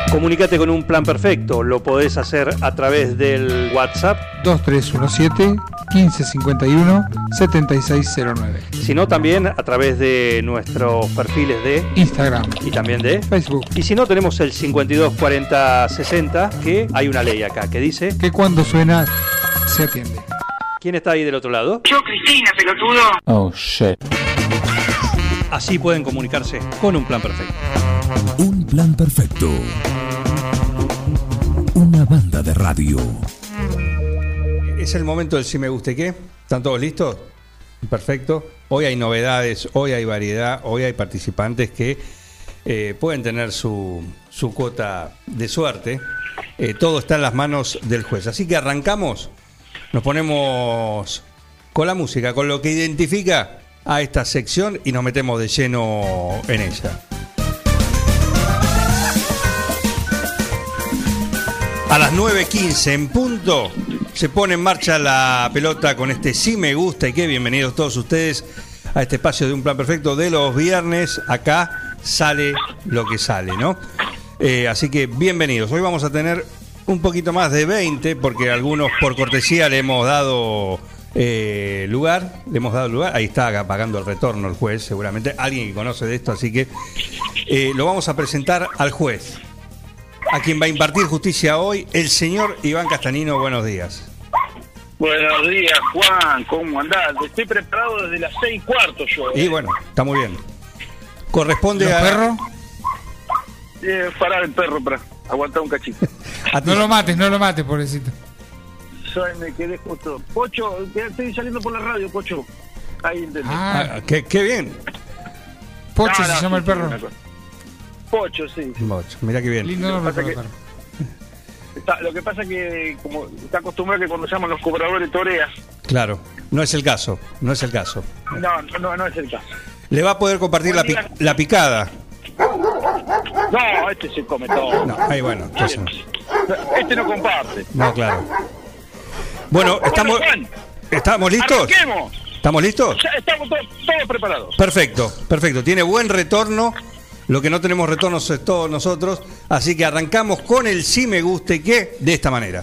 Comunícate con un plan perfecto. Lo podés hacer a través del WhatsApp 2317-1551-7609. Si no, también a través de nuestros perfiles de Instagram y también de Facebook. Y si no, tenemos el 524060, que hay una ley acá que dice que cuando suena se atiende. ¿Quién está ahí del otro lado? Yo, Cristina, pelotudo. Oh, shit. Así pueden comunicarse con un plan perfecto. Un plan perfecto. Una banda de radio. Es el momento del si me guste qué. ¿Están todos listos? Perfecto. Hoy hay novedades, hoy hay variedad, hoy hay participantes que pueden tener su cuota de suerte. Todo está en las manos del juez. Así que arrancamos. Nos ponemos con la música, con lo que identifica a esta sección y nos metemos de lleno en ella. A las 9:15 en punto se pone en marcha la pelota con este sí me gusta y qué. Bienvenidos todos ustedes a este espacio de Un Plan Perfecto de los viernes. Acá sale lo que sale, ¿no? Así que bienvenidos. Hoy vamos a tener un poquito más de 20 porque algunos por cortesía le hemos dado lugar. Ahí está pagando el retorno el juez, seguramente alguien que conoce de esto, así que lo vamos a presentar al juez, a quien va a impartir justicia hoy, el señor Iván Castanino. Buenos días. Buenos días, Juan, ¿cómo andás? Estoy preparado desde las 6:15 yo. Y bueno, está muy bien. Corresponde ¿Los a... perros? Parar el perro para aguantar un cachito. No lo mates, pobrecito. Me quedé justo. Pocho, estoy saliendo por la radio, Pocho. Ahí entendí. Qué bien. Pocho se llama el perro. Pocho, sí. Pocho, mirá qué bien. Lindo nombre para el perro. Lo que pasa que como está acostumbrado que cuando llaman los cobradores toreas. Claro, no es el caso. No es el caso. Le va a poder compartir la picada. No, este se come todo. No, ahí bueno. Entonces... Este no comparte. No, claro. Bueno, ¿estamos listos? ¡Arranquemos! ¿Estamos listos? Ya estamos todos preparados. Perfecto. Tiene buen retorno. Lo que no tenemos retorno es todos nosotros. Así que arrancamos con el sí me guste qué de esta manera.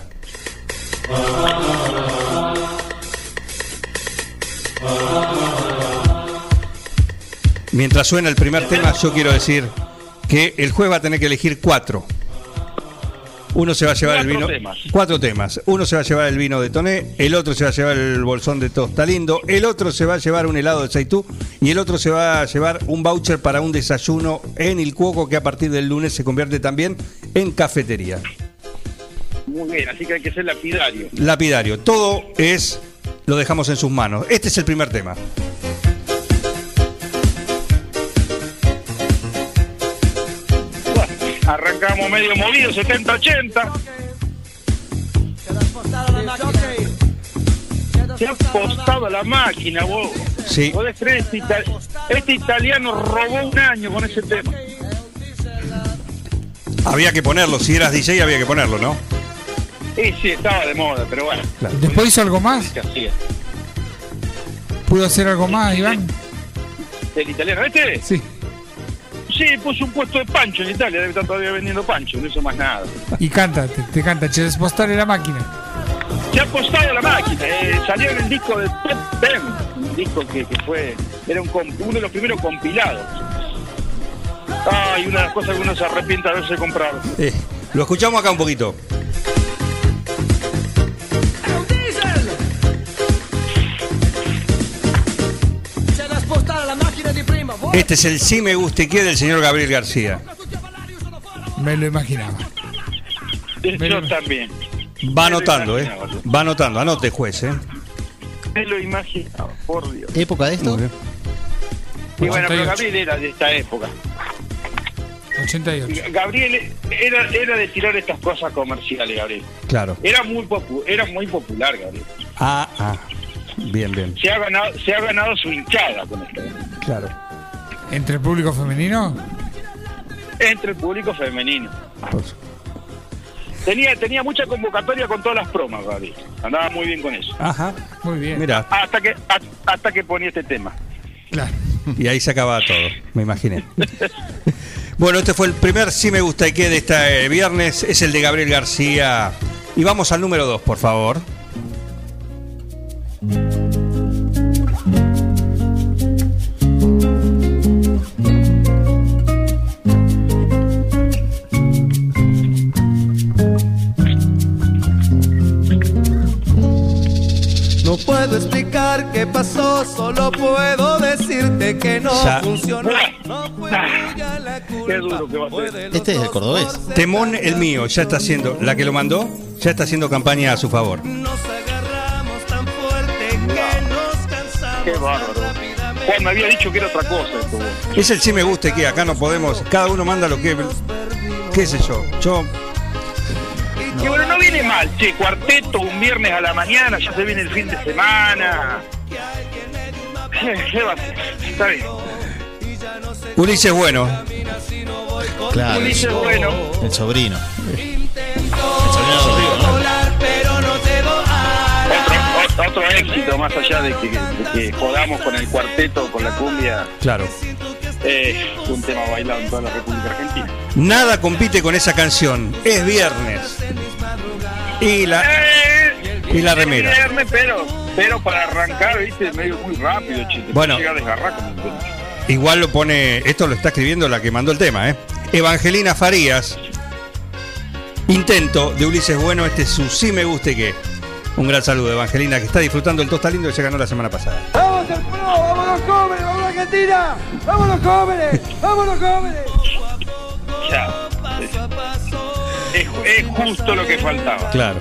Mientras suena el primer tema, yo quiero decir que el juez va a tener que elegir 4. Uno se va a llevar el vino. 4 temas. Uno se va a llevar el vino de Toné, el otro se va a llevar el bolsón de Tostalindo, el otro se va a llevar un helado de Saitú y el otro se va a llevar un voucher para un desayuno en El Cuoco, que a partir del lunes se convierte también en cafetería. Muy bien, así que hay que ser lapidario. Lapidario. Todo lo dejamos en sus manos. Este es el primer tema. Arrancamos medio movido, 70-80. Se ha apostado a la máquina, vos. Sí. ¿Podés creer? Este italiano robó un año con ese tema. Había que ponerlo, si eras DJ había que ponerlo, ¿no? Sí, estaba de moda, pero bueno. Claro. ¿Después hizo algo más? ¿Pudo hacer algo más, Iván? ¿El italiano este? Sí. Sí, puso un puesto de pancho en Italia, debe estar todavía vendiendo pancho, no hizo más nada. Y canta, te canta, che, despostare la máquina. Se ha apostado la máquina, salió en el disco de Top Ten, un disco que era uno de los primeros compilados. Ay, una de las cosas que uno se arrepiente de haberse comprado. Lo escuchamos acá un poquito. Este es el sí me guste qué del señor Gabriel García. Me lo imaginaba. Yo también. Va anotando, Va anotando. Anote, juez, Me lo imaginaba, por Dios. ¿Época de esto? Y bueno, pero Gabriel era de esta época. 88. Gabriel era de tirar estas cosas comerciales, Gabriel. Claro. Era muy popular, Gabriel. Bien. Se ha ganado su hinchada con esto. Claro. ¿Entre el público femenino? Entre el público femenino. Tenía mucha convocatoria con todas las promas, Gabriel. Andaba muy bien con eso. Ajá. Muy bien. Mira. Hasta que ponía este tema. Claro. Y ahí se acababa todo, me imaginé. Bueno, este fue el primer Sí Me Gusta y Qué de este viernes. Es el de Gabriel García. Y vamos al número 2, por favor. No puedo explicar qué pasó, solo puedo decirte que no funcionó. No fue tuya la culpa. Qué duro que va a ser. Este es el cordobés. Temón el mío, ya está haciendo, la que lo mandó, ya está haciendo campaña a su favor. Nos agarramos tan fuerte que nos cansamos. Qué bárbaro. Juan me había dicho que era otra cosa esto. Es el Sí Me Gusta y Qué, acá no podemos, cada uno manda lo que, qué sé yo. Que bueno, no viene mal, che, cuarteto un viernes a la mañana, ya se viene el fin de semana. ¿Qué va a hacer? Está bien. Ulises Bueno. Claro. Ulises Bueno. El sobrino. Otro éxito, más allá de que jodamos con el cuarteto, con la cumbia. Claro. Un tema bailado en toda la República Argentina. Nada compite con esa canción. Es viernes. Y la remera. Es viernes, pero para arrancar, viste, medio muy rápido, che. Bueno. Llega a desgarrar como un tema. Igual lo pone, esto lo está escribiendo la que mandó el tema, Evangelina Farías. Intento de Ulises Bueno, este es su Sí Me Gusta y Qué. Un gran saludo, Evangelina, que está disfrutando el Tosta Lindo que se ganó la semana pasada. ¡Vamos al pro! ¡Vamos los jóvenes! ¡Vamos a Argentina! ¡Vamos los jóvenes! ¡Vamos los jóvenes! Ya. Es justo lo que faltaba. Claro.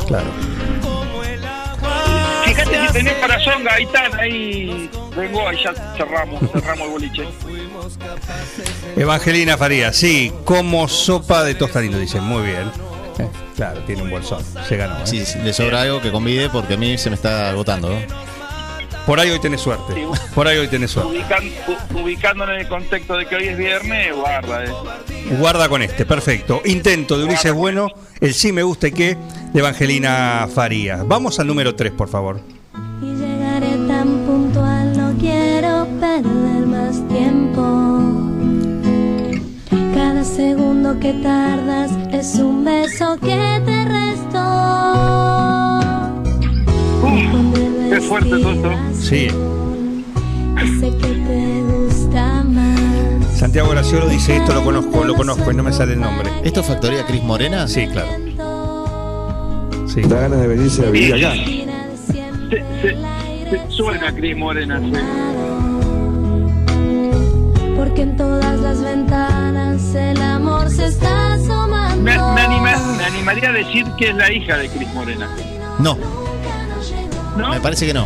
Fíjate si tenés para son, Gaitán, ahí vengo, ahí ya cerramos el boliche. Evangelina Farías, sí, como sopa de Tosta Lindo, dicen, muy bien. Claro, tiene un bolsón, se ganó. Sí, le sobra algo que convide porque a mí se me está agotando, ¿no? Por ahí hoy tenés suerte. Ubicándolo en el contexto de que hoy es viernes, guarda. Guarda con este, perfecto. Intento de Ulises Bueno, el Sí Me Gusta y Qué de Evangelina Farías. Vamos al número 3, por favor. Y llegaré tan puntual, no quiero perder más tiempo. Cada segundo que tardas es un beso que te resto. Qué fuerte todo esto. Sí. Sé que te gusta más. Santiago Graciolo dice, esto lo conozco y no me sale el nombre. ¿Esto es Factoría Cris Morena? Sí, claro. Sí. Da ganas de venirse a vivir acá. Suena Cris Morena, sí. Porque en todas las ventanas el amor se está asomando. Me animaría a decir que es la hija de Cris Morena. No. ¿No? Me parece que no.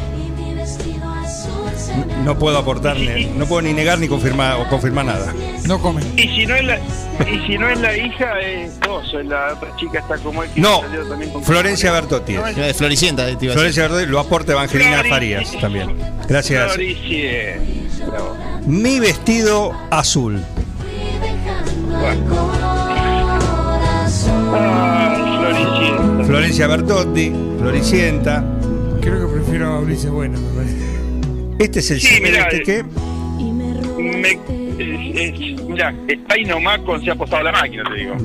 No puedo aportar, no puedo ni negar ni confirmar nada. No comen. Y si no es la hija, es la otra chica está como él. No, salió también con Florencia Bertotti. No, De Floricienta, te iba a decir. Florencia Bertotti lo aporta Evangelina Farías también. Gracias. Floricienta. Mi vestido azul. Floricienta. Florencia Bertotti, Floricienta. Creo que prefiero a Ulises Bueno, me parece. Este es el Sí, Sí Me mirá, Gusta y Qué. Mira, está ahí nomás con se ha apostado la máquina, te digo.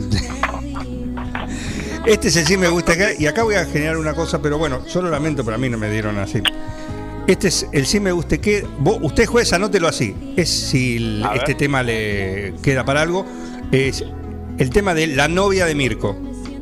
Este es el Sí Me Gusta y Qué. Y acá voy a generar una cosa, pero bueno, yo lo lamento, pero a mí no me dieron así. Este es el Sí Me Gusta y Qué. Usted, juez, anótelo así. Es si este tema le queda para algo. Es el tema de La novia de Mirko.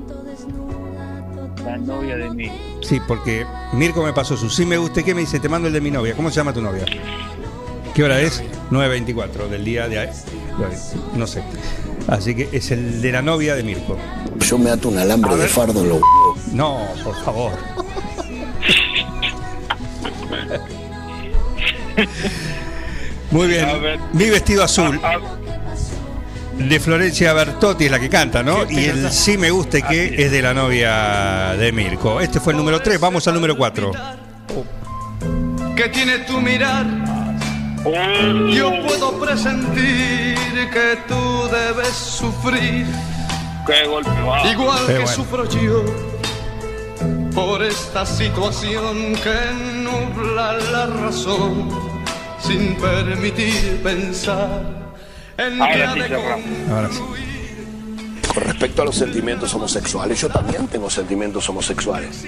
La novia de mí. Sí, porque Mirko me pasó su Sí Me Gusta y Qué, me dice, te mando el de mi novia. ¿Cómo se llama tu novia? ¿Qué hora es? 9:24 del día de... No sé. Así que es el de La novia de Mirko. Yo me ato un alambre de fardo en los No, por favor. Muy bien. Mi vestido azul. De Florencia Bertotti es la que canta, ¿no? Y el Sí Me Gusta y Qué es de La novia de Mirko. Este fue el número 3, vamos al número 4. ¿Qué tiene tu mirar? Yo puedo presentir que tú debes sufrir. Qué golpe va. Igual que bueno. sufro yo por esta situación que nubla la razón sin permitir pensar Ahora sí cerramos. Ahora sí. Con respecto a los sentimientos homosexuales, yo también tengo sentimientos homosexuales.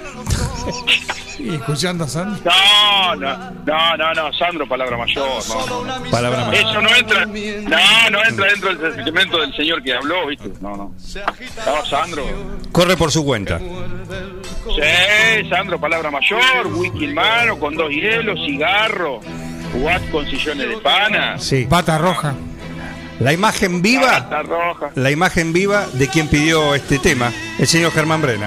Y escuchando a Sandro. No, Sandro, palabra mayor. No. Palabra mayor. Eso no entra. No entra dentro del sentimiento del señor que habló, ¿viste? No, Sandro. Corre por su cuenta. Sí, Sandro, palabra mayor, whisky en mano, con 2 hielos, cigarro, guat con sillones de pana. Sí. Bata roja. La imagen viva. Bata roja. La imagen viva de quien pidió este tema, el señor Germán Brena.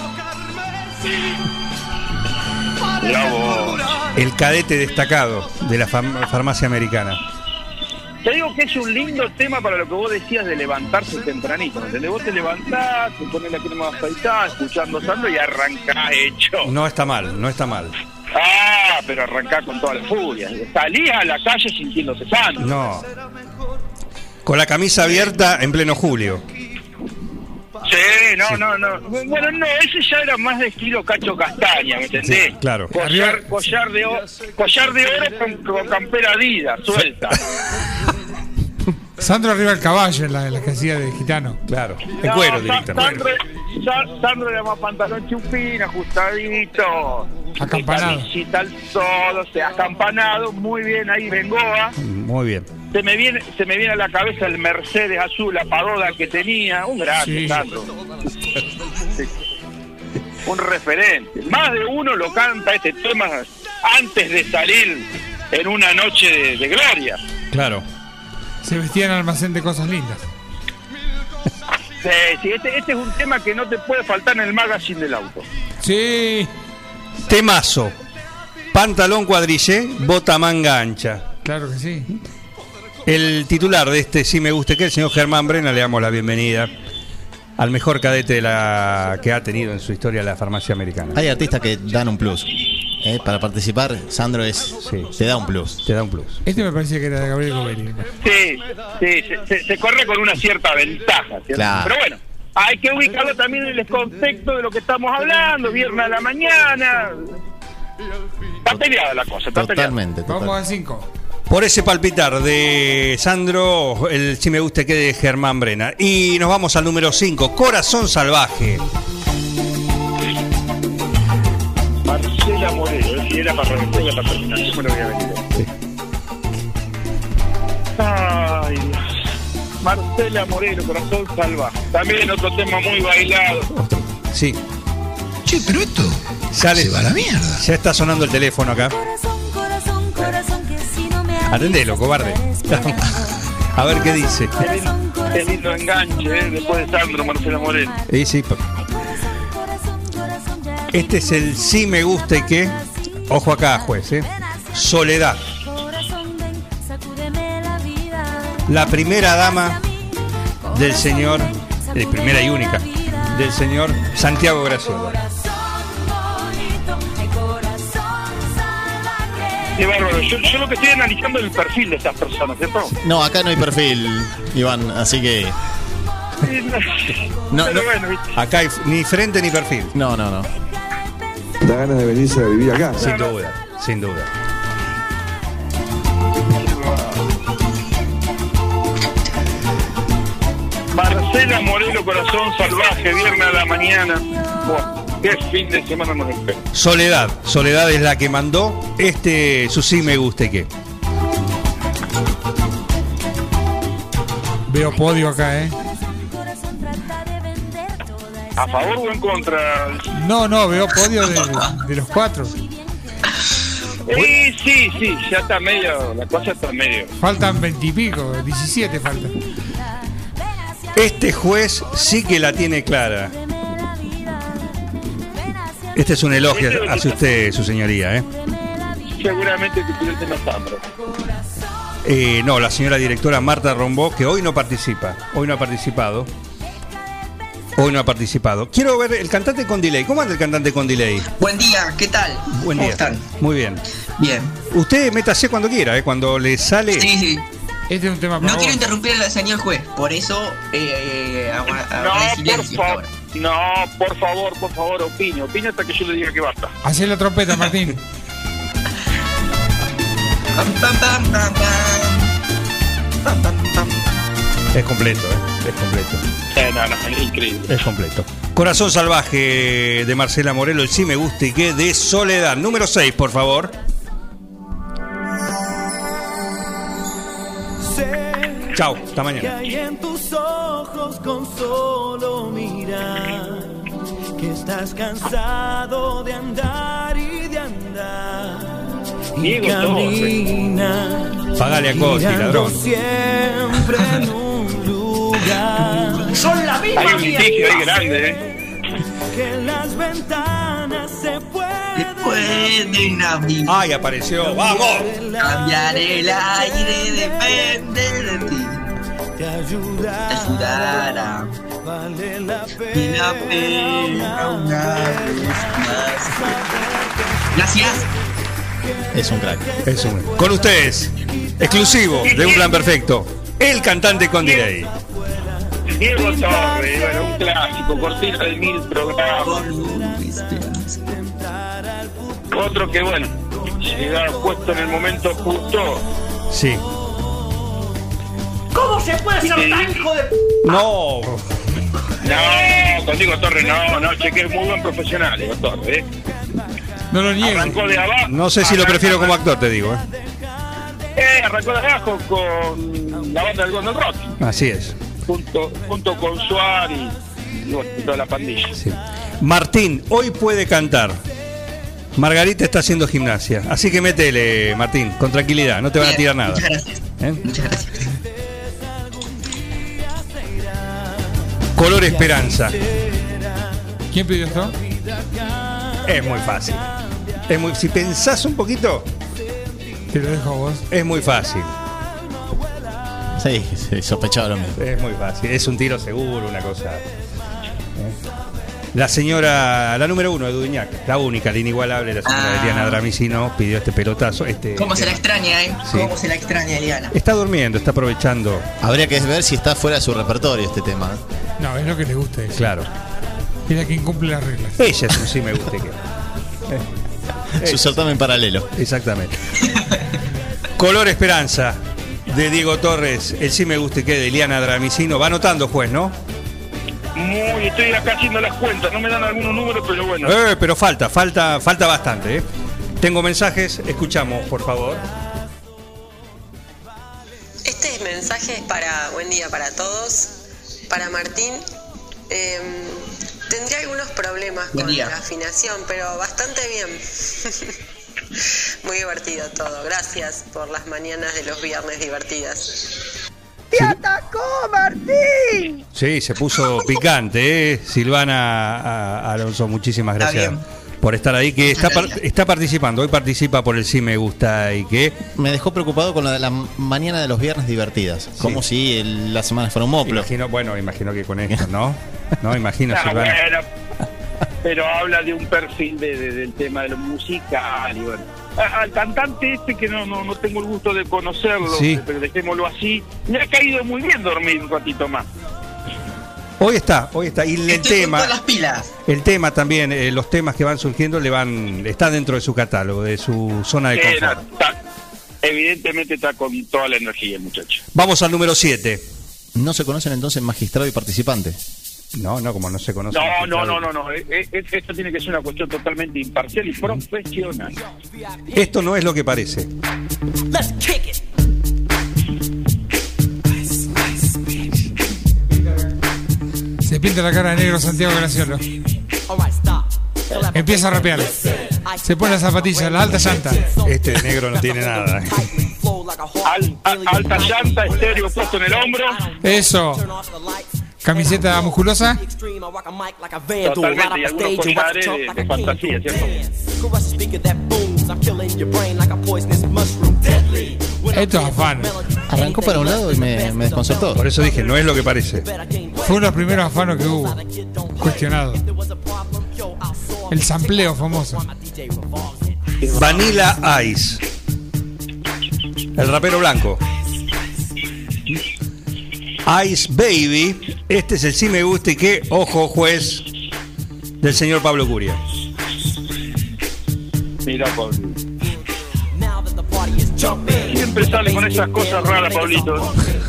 Mirá vos. El cadete destacado de la farmacia americana. Te digo que es un lindo tema para lo que vos decías de levantarse tempranito, ¿entendés? Vos te levantás, te pones la crema afeitada, escuchando Sandro y arrancás hecho. No está mal. Ah, pero arrancás con toda la furia. Salís a la calle sintiéndose Sandro. No. Con la camisa abierta en pleno julio. Sí, no. Bueno, no, ese ya era más de estilo Cacho Castaña, ¿me entendés? Sí, claro. Collar de oro con campera Adidas, suelta. Sandro arriba del caballo en la que hacía de gitano. Claro, en cuero directamente. Sandro era más pantalón chupín, ajustadito. Acampanado. Camisita al sol, o sea, acampanado, muy bien ahí Bengoa. Muy bien. Se me viene a la cabeza el Mercedes azul, la pagoda que tenía, un grande, Sí. Sandro. Un referente. Más de uno lo canta este tema antes de salir en una noche de gloria. Claro. Se vestía en almacén de cosas lindas. Sí, este es un tema que no te puede faltar en el magazine del auto. Sí. Temazo. Pantalón cuadrillé, bota manga ancha. Claro que sí. El titular de este Sí Me Guste Que, el señor Germán Brena, le damos la bienvenida al mejor cadete que ha tenido en su historia la farmacia americana. Hay artistas que dan un plus. Para participar, Sandro te da un plus. Te da un plus. Este me parecía que era de Gabriel Gobeli. Sí, se corre con una cierta ventaja, ¿cierto? Claro. Pero bueno, hay que ubicarlo también en el contexto de lo que estamos hablando, viernes a la mañana. Está peleada la cosa, está Totalmente. Vamos a 5. Por ese palpitar de Sandro, el Sí Me Guste Que de Germán Brena. Y nos vamos al número 5, Corazón Salvaje. Marcela Moreno, si era para terminar, yo me lo voy a venir. Ay, Dios. Marcela Moreno, Corazón Salvaje. También otro tema muy bailado. Sí. Che, pero esto se va a la mierda. Ya está sonando el teléfono acá. Atendelo, cobarde. A ver qué dice. Qué lindo enganche, después de Sandro, Marcela Moreno. Sí. Este es el Sí Me Guste Que. Ojo acá, juez, Soledad. La primera dama del señor, primera y única, del señor Santiago Graciela. Qué bárbaro. Yo lo que estoy analizando es el perfil de estas personas, ¿cierto? No, acá no hay perfil, Iván, así que... No, Bueno, acá hay ni frente ni perfil. No. Da ganas de venirse a vivir acá. Sin duda. Marcela Moreno, Corazón Salvaje, viernes a la mañana. Bueno, qué fin de semana nos espera. Soledad es la que mandó su Sí Me Guste Que. Veo podio acá, ¿A favor o en contra? No, veo podio de los 4. Sí, ya está medio, la cosa está medio. Faltan 20 y pico, 17 faltan. Este juez sí que la tiene clara. Este es un elogio hacia usted, su señoría, Seguramente que tiene el tema Sandro. No, la señora directora Marta Rombó, que hoy no participa. Hoy no ha participado. Quiero ver el cantante con delay. ¿Cómo anda el cantante con delay? Buen día, ¿qué tal? Buen día. ¿Cómo están? Muy bien. Bien. Usted métase cuando quiera, cuando le sale. Sí. Este es un tema para No vos. quiero interrumpir al señor juez, por eso silencio ahora. Por favor, opine hasta que yo le diga que basta. Hacé la trompeta, Martín. Pam, pam, pam, pam, pam. Es completo, es completo. No, es increíble. Es completo. Corazón salvaje de Marcela Morelo, el sí me gusta y qué de Soledad. Número 6, por favor. Chau, hasta mañana. Que hay en tus ojos con solo mirar, que estás cansado de andar y de andar. Diego, camina. Pagale a Costi, ladrón. Siempre en un lugar. Son la misma. Hay un litigio ahí grande, Que las ventanas se pueden abrir. ¡Ay, apareció! ¡Vamos! Cambiar el aire depende de ti. Te ayudará. Vale la pena una vez más. Gracias. Es un crack. Con ustedes, exclusivo de Un Plan Perfecto, el cantante con delay. Diego Torres, bueno, un clásico, cortina de 1000 programas. Otro que, bueno, llega puesto en el momento justo. Sí. ¿Cómo se puede ser tan hijo de No. No, con Diego Torres no, che, que es muy buen profesional, Diego Torres, No lo niego. Arrancó de abajo. No sé si lo prefiero como actor, te digo. Arrancó de abajo con la banda del Golden Rock, Así es. junto con Suárez y bueno, toda la pandilla. Sí. Martín, hoy puede cantar. Margarita está haciendo gimnasia. Así que métele, Martín, con tranquilidad. No te van a tirar nada. Muchas gracias. Muchas gracias. Color Esperanza. ¿Quién pidió esto? Es muy fácil. Si pensás un poquito, Te lo dejo a vos. es muy fácil. Sí, sospechaba lo mismo. Es muy fácil. Es un tiro seguro, una cosa. La señora, la número 1 de Dudignac, la única, la inigualable, la señora Eliana Dramicino, pidió este pelotazo. ¿Cómo se la extraña, Sí. ¿Cómo se la extraña, Eliana? Está durmiendo, está aprovechando. Habría que ver si está fuera de su repertorio este tema. No, es lo que le gusta. Es Claro. la que incumple las reglas. Ella es un sí me gusta que. Su certamen paralelo. Exactamente. Color Esperanza de Diego Torres, el sí me gusta que de Eliana Dramicino. Va anotando, juez, ¿no? Estoy acá haciendo las cuentas, no me dan algunos números, pero bueno. Pero falta bastante, Tengo mensajes, escuchamos, por favor. Este mensaje es para buen día para todos. Para Martín, tendría algunos problemas con la afinación, pero bastante bien. Muy divertido todo. Gracias por las mañanas de los viernes divertidas. ¡Te atacó, Martín! Sí, se puso picante, Silvana Alonso, muchísimas gracias por estar ahí, que está participando. Hoy participa por el sí me gusta y que... Me dejó preocupado con lo de la mañana de los viernes divertidas. Como si la semana fuera un moplo. Imagino que con esto, ¿no? No, imagino, Silvana. Bueno, pero habla de un perfil del tema de lo musical y bueno. Al cantante que no tengo el gusto de conocerlo, pero dejémoslo así, me ha caído muy bien dormir un ratito más. Hoy está. Y el tema, con las pilas. El tema también, los temas que van surgiendo está dentro de su catálogo, de su zona de confort. Evidentemente está con toda la energía el muchacho. Vamos al número 7. ¿No se conocen entonces magistrado y participante? No, como no se conoce. No. Esto tiene que ser una cuestión totalmente imparcial y profesional. Esto no es lo que parece. Let's kick it. Se pinta la cara de negro Santiago Graciolo. Empieza a rapear. Se pone las zapatillas, la alta llanta. Este de negro no tiene nada. Alta llanta, estéreo puesto en el hombro. Eso. Camiseta musculosa. Totalmente, y algunos collares de fantasía, ¿cierto? Esto es afano. Arrancó para un lado y me desconcertó. Por eso dije, no es lo que parece. Fue uno de los primeros afanos que hubo. Cuestionado. El sampleo famoso. Vanilla Ice. El rapero blanco. Ice Baby. Este es el sí me gusta y que, ojo, juez, del señor Pablo Curia. Mira, Pablo. Siempre sale con esas cosas raras, Pablito.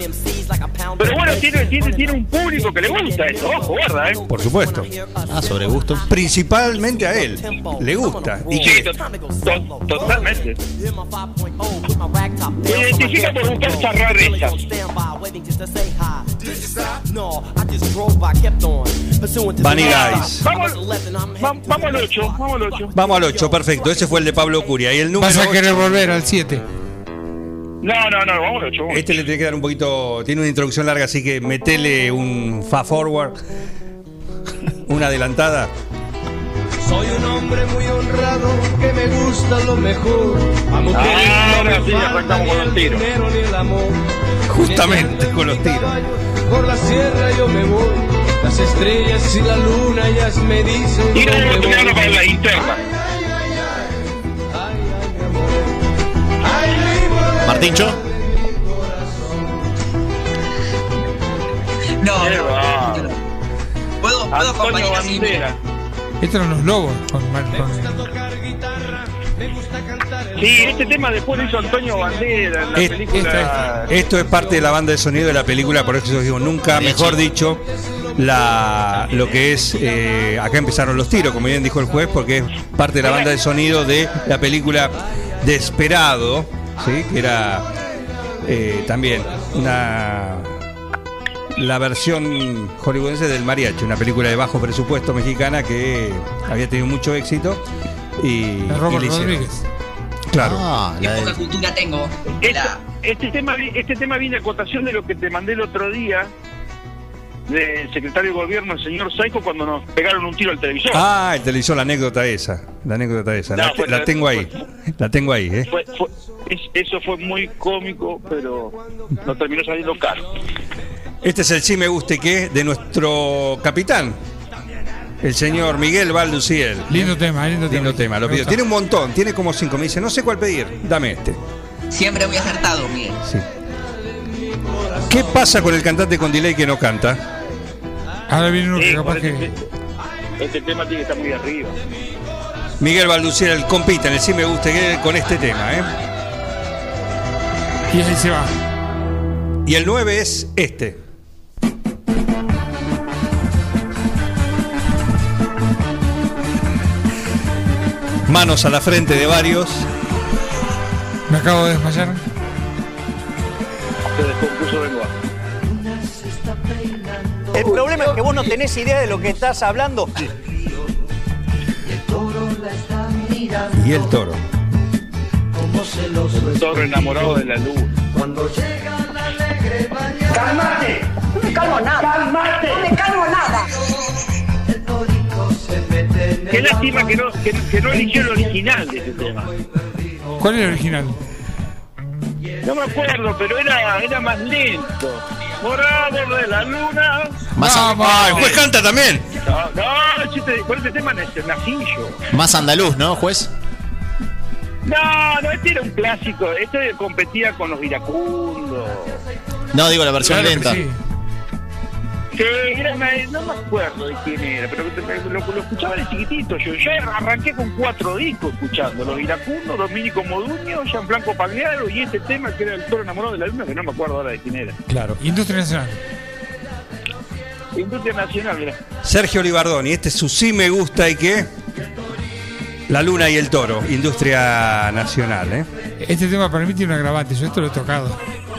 Pero bueno, tiene un público que le gusta eso, ojo, guarda, Por supuesto. Sobre gusto. Principalmente a él. Le gusta. Y sí, totalmente. Se identifica por buscar esas rarezas. Bunny Guys. Vamos al 8. Vamos al 8, perfecto. Ese fue el de Pablo Curia. Y el número ¿Vas a 8? querer volver al 7? No, vamos al 8. Este le tiene que dar un poquito. Tiene una introducción larga, así que metele un fast forward. Una adelantada. Soy un hombre muy honrado que me gusta lo mejor. A Ahora sí, arrancamos con los tiros. Justamente con los tiros. Por la sierra yo me voy. Las estrellas y la luna ellas me dicen. Tira el piano para la interna. Martincho. No. ¿Puedo acompañar así? Estos eran los lobos. Sí, este tema después lo hizo Antonio Bandera en la película. Esto es parte de la banda de sonido de la película, por eso digo, nunca, mejor dicho, lo que es. Acá empezaron los tiros, como bien dijo el juez, porque es parte de la banda de sonido de la película Desperado, ¿sí? Que era también la versión hollywoodense del Mariachi, una película de bajo presupuesto mexicana que había tenido mucho éxito y Robert Rodríguez. Claro. Qué poca cultura tengo. Este tema viene a cotación de lo que te mandé el otro día del secretario de gobierno, el señor Saico, cuando nos pegaron un tiro al televisor. El televisor, la anécdota esa. La tengo ahí. La tengo ahí, eso fue muy cómico, pero nos terminó saliendo caro. Este es el Sí Me Guste Que de nuestro capitán, el señor Miguel Balduciel. Lindo tema. Lo pido. Tiene un montón, tiene como 5. Me dice, no sé cuál pedir, dame este. Siempre muy acertado, Miguel. Sí. ¿Qué pasa con el cantante con delay que no canta? Ahora viene uno que capaz que... Este tema tiene que estar muy arriba. Miguel Balduciel compite en el Sí Me Guste Que con este tema, Y ahí se va. Y el 9 es este. Manos a la frente de varios. Me acabo de desmayar. Se descompuso el lenguaje. El problema es que vos no tenés idea de lo que estás hablando. Y el toro. El toro enamorado de la luz. ¡Cálmate! No me calmo nada. ¡Cálmate! No me calmo nada. Qué lástima que no eligió el original de ese tema. ¿Cuál es el original? No me acuerdo, pero era más lento. Morado de la luna. El juez canta también. Por este tema nací yo. Más andaluz, ¿no, juez? No, este era un clásico. Este competía con los iracundos. No, digo la versión Claro lenta. que sí. No me acuerdo de quién era, pero lo escuchaba de chiquitito. Yo arranqué con 4 discos escuchando: Los Iracundos, Dominico Modugno, Gianfranco Pagliaro y este tema que era El Toro Enamorado de la Luna, que no me acuerdo ahora de quién era. Claro. Industria Nacional. Industria Nacional, mirá. Sergio Olivardoni, este es su Sí Me Gusta y que La Luna y el Toro, Industria Nacional, Este tema para mí tiene un agravante. Yo esto lo he tocado.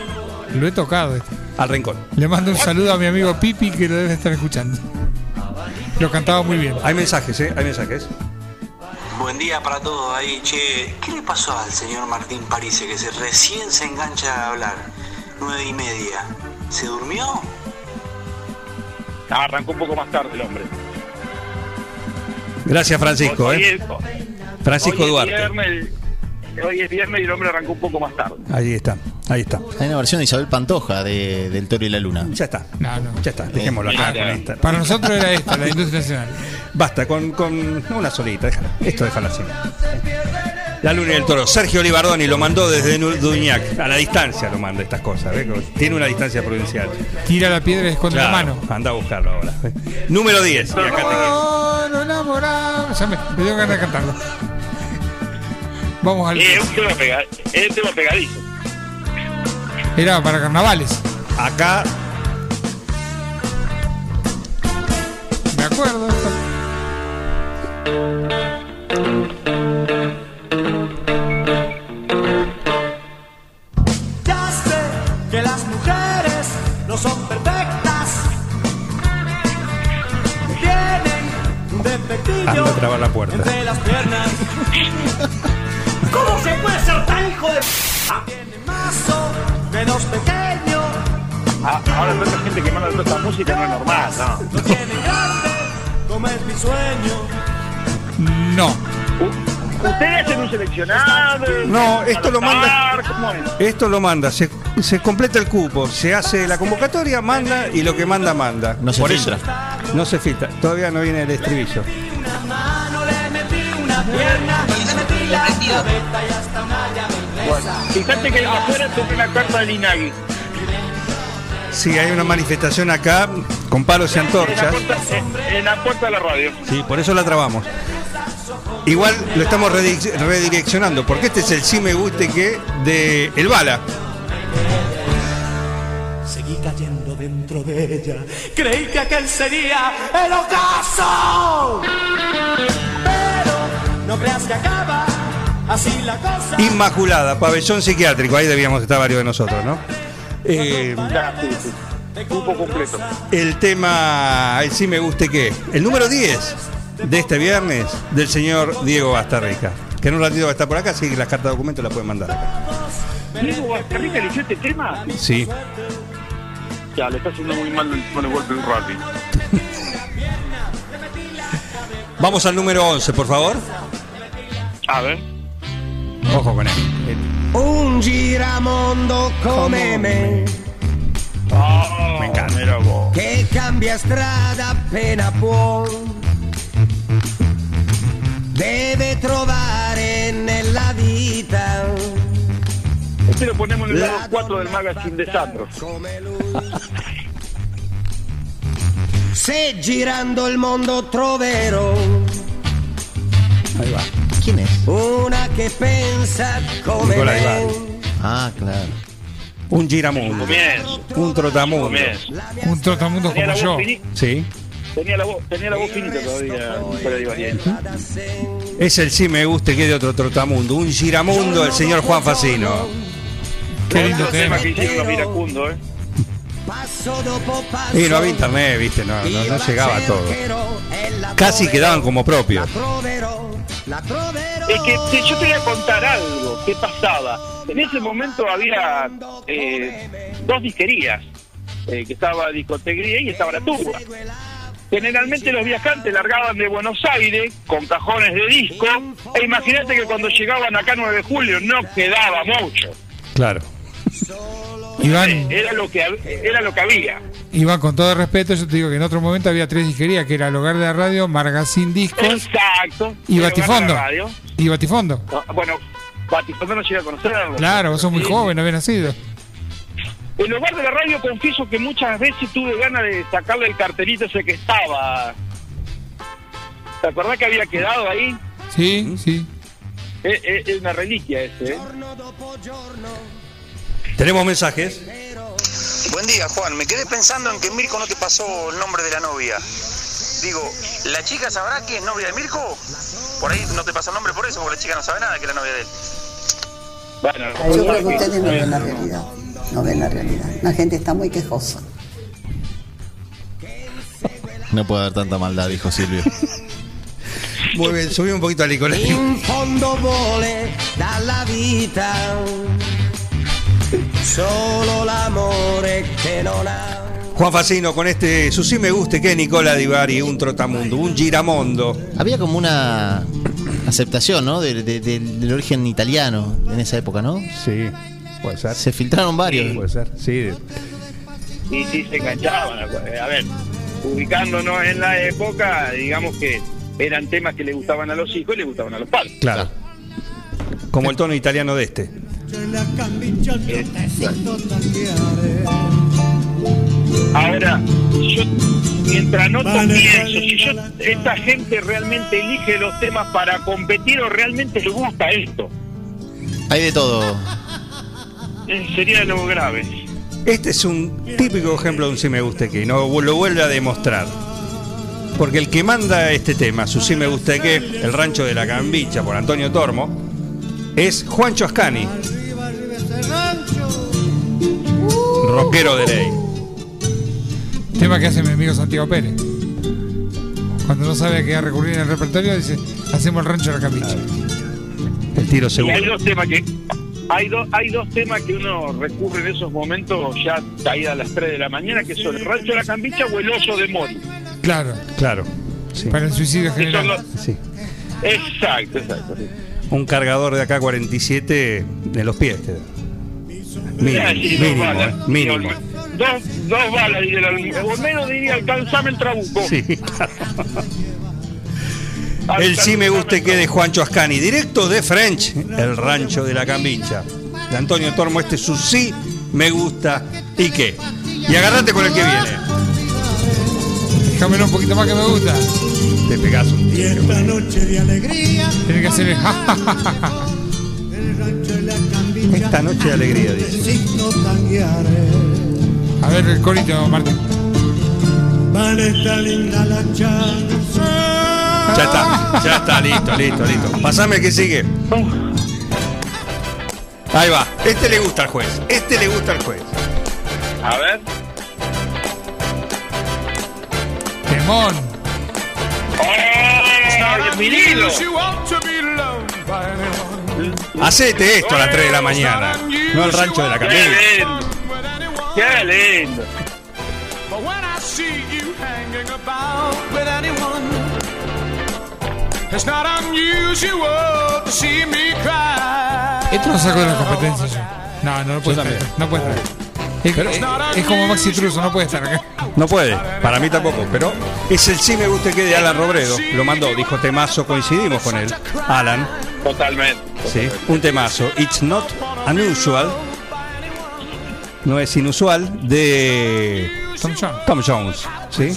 Al rincón. Le mando un saludo a mi amigo Pipi, que lo debe estar escuchando. Lo cantaba muy bien. Hay mensajes, hay mensajes. Buen día para todos ahí, che. ¿Qué le pasó al señor Martín Parise que recién se engancha a hablar? 9:30. ¿Se durmió? Arrancó un poco más tarde el hombre. Gracias, Francisco, Francisco Duarte. Hoy es viernes y el hombre arrancó un poco más tarde. Ahí está. Hay una versión de Isabel Pantoja del Toro y la Luna. Ya está. No. Ya está, dejémoslo acá con esta. Para nosotros era esta, la Industria Nacional. Basta, con una solita, déjala. Esto déjala así. La Luna y el Toro. Sergio Olivardoni lo mandó desde Duñac. A la distancia lo manda estas cosas, ¿ves? Tiene una distancia prudencial. Tira la piedra y esconde la mano. Anda a buscarlo ahora. Número 10. Y acá te quedo. No enamorado. Ya me dio ganas de cantarlo. Vamos al. Es un tema pegadizo. Era para carnavales. Acá. Me acuerdo. Ya sé que las mujeres no son perfectas. Tienen un defectillo Anda a trabar la puerta. entre las piernas. ¿Cómo se puede ser tan hijo de Tiene más o menos pequeño. Ahora toda esta gente que manda toda esta música no es normal, ¿no? No tiene grande como es mi sueño. No. ¿Ustedes hacen un seleccionado? No, esto lo manda. ¿Cómo es? Esto lo manda, se completa el cupo, se hace la convocatoria, manda y lo que manda, manda. No se Por filtra. eso, no se filtra, todavía no viene el estribillo. Una mano le metí, una pierna le metí, la gaveta y hasta una llave inglesa. Fíjate que afuera tengo una carta del INAGI. Sí, hay una manifestación acá con palos y antorchas. En la puerta de la radio. Sí, por eso la trabamos. Igual lo estamos redireccionando, porque este es el sí me guste que de El Bala. Seguí cayendo dentro de ella. Creí que aquel sería el ocaso. Pero no creas que acaba así la cosa. Inmaculada, pabellón psiquiátrico, ahí debíamos estar varios de nosotros, ¿no? Grupo completo. El tema, el sí me guste que, el número 10 de este viernes del señor Diego Bastarrica, que en un ratito va a estar por acá, así que las cartas de documentos las pueden mandar acá. ¿Diego Bastarrica eligió este tema? Sí. Ya, le está haciendo muy mal con el golpe del rugby. Vamos al número 11, por favor. A ver. Ojo con él. Un giramondo come me. Me encanta. Che cambia strada appena può. Deve trovare nella vita. Este lo ponemos en el lado 4 del magazine de Sandro. Se girando il mondo troverò. Ahí va. ¿Quién es? Una che pensa come Nicolás me. Ibarri. Ah, claro. Un giramundo. Comienzo. Un trotamundo. Comienzo. Un trotamundo Tenía como la yo. voz finita. Sí. Tenía la voz finita todavía. Nicolás Ibarri. Es el sí me guste que de otro trotamundo. Un giramundo del señor Juan Facino. Qué lindo Otro tema tema. que hicieron los iracundos, Y no había internet, viste, no llegaba a todo. Casi quedaban como propios. Es que yo te voy a contar algo que pasaba. En ese momento había dos disquerías, que estaba Discotería y estaba la Turba. Generalmente los viajantes largaban de Buenos Aires con cajones de disco, e imagínate que cuando llegaban acá 9 de julio no quedaba mucho. Claro. Iván, Era lo que había. Iván, con todo respeto, yo te digo que en otro momento había 3 disquerías, que era El Hogar de la Radio, Magazine Discos Exacto. y El Batifondo. Hogar de la Radio. Y Batifondo. No, bueno, Batifondo no llega a conocerlo. Claro, vos sos muy Sí. joven, no habías nacido. El Hogar de la Radio, confieso que muchas veces tuve ganas de sacarle el cartelito ese que estaba. ¿Te acordás que había quedado ahí? Sí, sí. Es una reliquia ese, ¿eh? Tenemos mensajes. Buen día, Juan. Me quedé pensando en que Mirko no te pasó el nombre de la novia. Digo, ¿la chica sabrá que es novia de Mirko? Por ahí no te pasa el nombre por eso, porque la chica no sabe nada que es la novia de él. Bueno, Yo creo que ustedes no ven la realidad. No ven la realidad. La gente está muy quejosa. No puede haber tanta maldad, dijo Silvio. Muy bien, subí un poquito a Nicolás. In fondo vuole dalla vita solo l'amore che non ha. Juan Facino con este su sí me guste que Nicola Di Bari, un trotamundo, un giramondo. Había como una aceptación, ¿no? Del origen italiano en esa época, ¿no? Sí, puede ser. Se filtraron varios. Puede ser, sí. Y sí se enganchaban. A ver, ubicándonos en la época, digamos que eran temas que le gustaban a los hijos y le gustaban a los padres. Claro. Como el tono italiano de este. Ahora, yo mientras no pienso, si esta gente realmente elige los temas para competir o realmente le gusta esto, Hay de todo. sería lo grave. Este es un típico ejemplo de un sí me gusta que, no lo vuelve a demostrar. Porque el que manda este tema, su sí me gusta que, El Rancho de la Cambicha, por Antonio Tormo, es Juancho Ascani, rockero de ley. Tema que hace mi amigo Santiago Pérez. Cuando no sabe a qué recurrir en el repertorio, dice: hacemos El Rancho de la Cambicha. El tiro seguro. Y hay dos temas que uno recurre en esos momentos, ya caída a las 3 de la mañana, que son El Rancho de la Cambicha o El Oso de Mori. Claro. Sí. Para el suicidio general. Sí. Exacto. Sí. Un cargador de AK-47 de los pies. Mínimo. Dos balas, o menos diría, alcanzame el trabuco. Sí, claro. El sí me gusta que de Juancho Ascani, directo de French, El Rancho de la Cambicha. De Antonio Tormo, este es su sí me gusta y qué. Y agarrate con el que viene. Déjamelo un poquito más que me gusta. Te pegás un tiro. Y esta noche de alegría. Tiene que hacer el Esta noche de alegría, dice. A ver el corito, Martín. Van esta linda la chance. Ya está, listo. Pasame el que sigue. Ahí va. Este le gusta al juez. A ver. Temón. ¡Oh! ¡Mi lindo! Hacete esto a las 3 de la mañana. No El Rancho de la Cambicha. ¡Qué lindo! Esto lo saco de la competencia yo. No lo puede estar. No puede estar. Es como Maxi Truso, no puede estar acá. No puede, para mí tampoco, pero es el sí me gusta que de Alan Robredo. Lo mandó, dijo temazo, coincidimos con él. Alan. Totalmente. Sí, un temazo. It's not unusual. No es inusual, de Tom Jones. ¿Sí?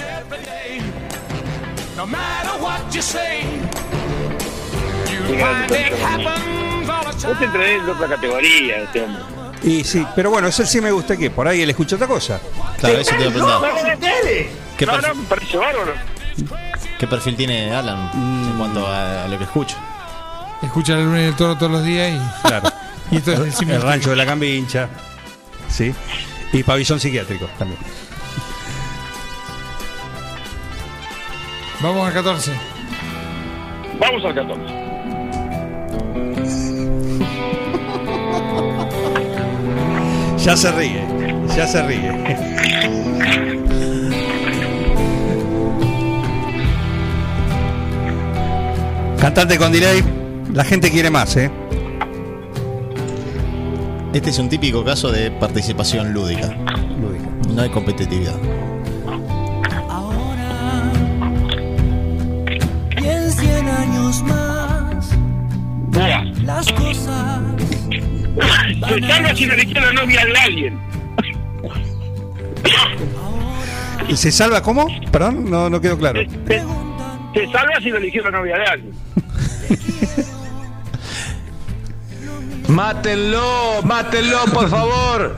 Este entré en otra categoría, este hombre. Y sí, pero bueno, eso sí me gusta que por ahí él escucha otra cosa. Claro, eso te iba a preguntar. Me parece bárbaro. ¿Qué perfil tiene Alan en cuanto a lo que escucha? Escucha el Lunes del Toro todos los días y... Claro. Y esto es el Rancho de la Cambicha. Sí. Y Pabellón Psiquiátrico también. Vamos al 14. Vamos al 14. Ya se ríe. Cantante con delay, la gente quiere más, ¿eh? Este es un típico caso de participación lúdica. No hay competitividad. Ahora, y en 100 años más, las cosas. Se salva si le eligió la novia de alguien. ¿Y se salva cómo? Perdón, no quedó claro. Se salva si le eligió la novia de alguien. Mátenlo, por favor.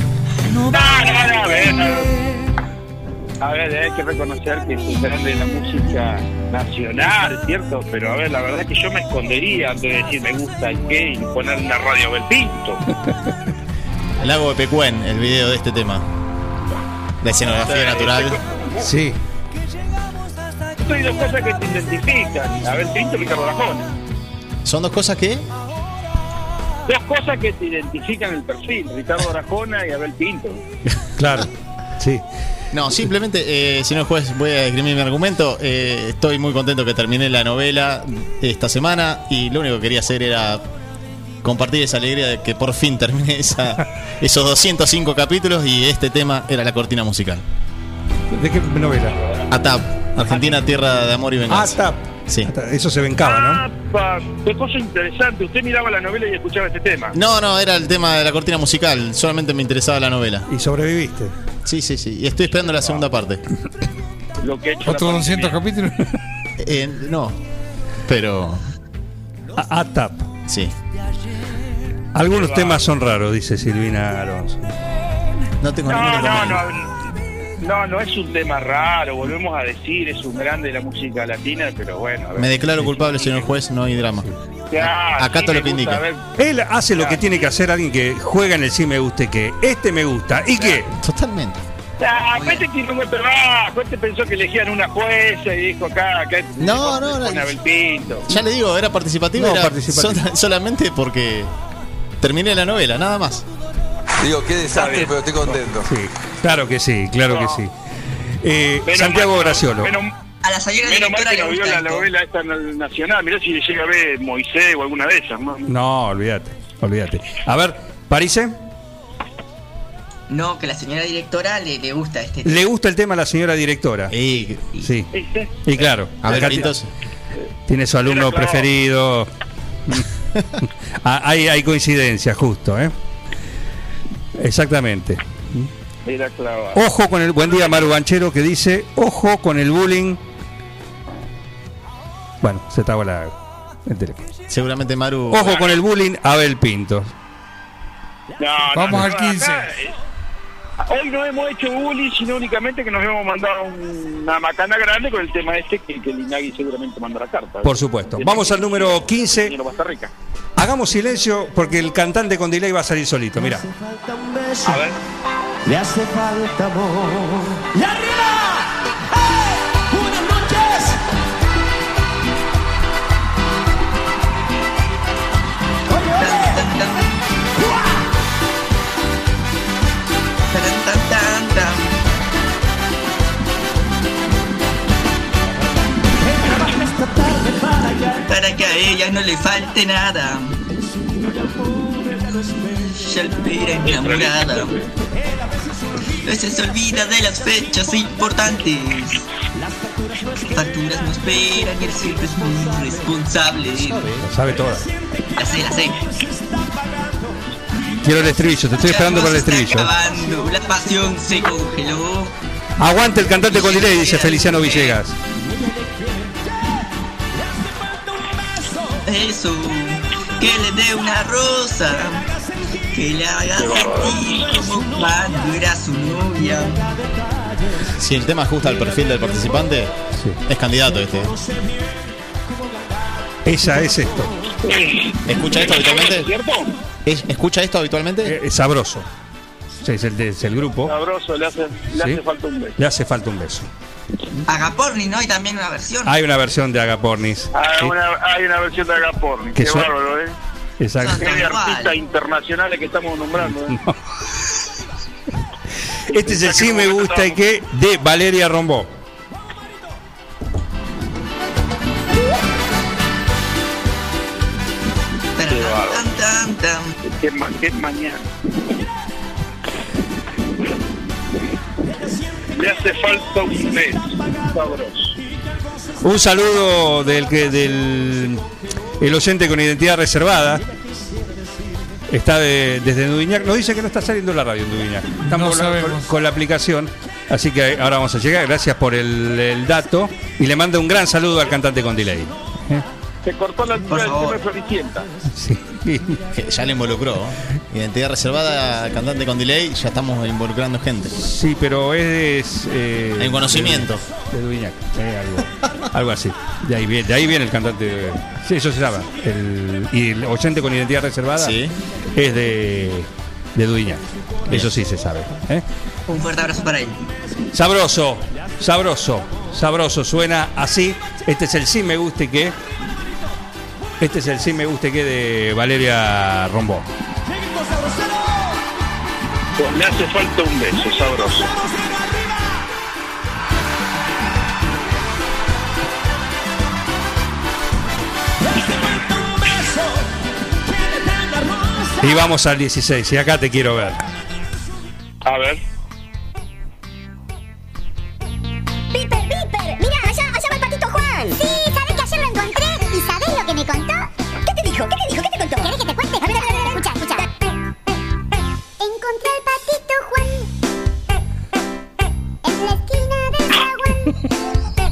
A ver, hay que reconocer que es grande la música nacional, ¿cierto? Pero a ver, la verdad es que yo me escondería antes de decir me gusta qué y poner una radio Belpinto. El lago de Pecuén, el video de este tema. La escenografía natural. Sí. Hay dos cosas que te identifican. A ver, Pinto y Ricardo Arjona. ¿Son dos cosas que? Dos cosas que te identifican el perfil, Ricardo Arjona y Abel Pinto. Claro, sí. No, simplemente, señor juez, voy a escribir mi argumento. Estoy muy contento que terminé la novela esta semana y lo único que quería hacer era compartir esa alegría de que por fin terminé esos 205 capítulos y este tema era la cortina musical. ¿De qué novela? ATAP, Argentina, Tierra de Amor y Venganza. ATAP. Sí. Eso se vencaba, ¿no? Qué cosa interesante. Usted miraba la novela y escuchaba este tema. No, era el tema de la cortina musical. Solamente me interesaba la novela. ¿Y sobreviviste? Sí. Y estoy esperando la segunda parte. Lo que he hecho. ¿Otros 200 capítulos? No. Pero. ATAP. Sí. Algunos temas son raros, dice Silvina Alonso. No tengo ningún inconveniente. No es un tema raro, volvemos a decir, es un grande de la música latina, pero bueno. A ver. Me declaro culpable, señor juez, no hay drama. Acato lo que indica. Él hace lo que tiene que hacer alguien que juega en el sí me gusta y que este me gusta. ¿Y qué? Totalmente. Este tiró un trabajo, este pensó que elegían una jueza y dijo acá no. Abel Pinto. Ya le digo, era participativo, No, era participativo. solamente porque terminé la novela, nada más. Digo, qué desastre, pero estoy contento. Sí, claro que sí. Santiago Graciolo. A la señora Menos mal directora que le no vio gusta la esto. novela esta nacional. Mirá si le llega a ver Moisés o alguna de esas. No, olvídate. A ver, Parise. No, que la señora directora le gusta este. ¿Le gusta el tema a la señora directora? Sí. Y claro. A ver, acá tiene su alumno preferido. Hay coincidencia, justo, ¿eh? Exactamente. Era clavado. Ojo con el... Buen día, Maru Banchero, que dice, ojo con el bullying. Bueno, se trabó el teléfono. Seguramente Maru... Ojo con el bullying, Abel Pinto. Vamos al 15. Hoy no hemos hecho bullying, sino únicamente que nos hemos mandado una macana grande con el tema que el Inagui seguramente mandará carta. Por supuesto. Vamos al número 15. Hagamos silencio porque el cantante con delay va a salir solito, mira. A ver. Le hace falta amor. ¡Y arriba! ¡Hey! ¡Buenas noches! Para que a ella no le falte nada. Ya espera enamorada. No se olvida de las fechas importantes. Facturas no esperan y él siempre es muy responsable. Lo sabe toda. La sé. Quiero el estribillo, te estoy esperando para el estribillo. Acabando, la pasión se congeló. Aguante el cantante con delay, dice Feliciano Villegas. Eso, que le dé una rosa, que le haga sentir como cuando era su novia. Si el tema ajusta al perfil del participante, es candidato este. Esa es esto. ¿Escucha esto habitualmente? ¿Escucha esto habitualmente? Es sabroso. Sí, es el grupo. Sabroso, le hace falta un beso. Le hace falta un beso. Agaporni, ¿no? Hay también una versión. Hay una versión de Agapornis. Hay una versión de Agaporni. Qué bárbaro, ¿eh? Exacto. Qué de artistas internacionales que estamos nombrando, ¿eh? No. Este es el sí me gusta y que de Valeria Rombó. Qué mañana. Le hace falta un mes. Sabroso. Un saludo del oyente con identidad reservada. Está desde Dudignac. Nos dice que no está saliendo la radio en Dudignac. Estamos con la aplicación. Así que ahora vamos a llegar. Gracias por el dato. Y le manda un gran saludo al cantante con delay. Se cortó la altura del tema de Floricienta. Sí. Ya le involucró. Identidad reservada, cantante con delay, ya estamos involucrando gente. Sí, pero es... en conocimiento. De Dudignac. Algo así. De ahí viene el cantante. Sí, eso se llama. Y el oyente con identidad reservada es de Dudignac. Eso sí se sabe. Un fuerte abrazo para él. Sabroso. Suena así. Este es el sí me gusta y que. Este es el sí me gusta y que de Valeria Rombó. Pues le hace falta un beso, sabroso. Y vamos al 16, y acá te quiero ver. A ver. Piper, mira, allá va el patito Juan. Sí, ¿sabés que ayer lo encontré? ¿Y sabés lo que me contó? ¿Qué te dijo? ¿Qué te contó? ¿Querés que te cuente? A ver, escucha. Encontré al patito Juan en la esquina del zaguán.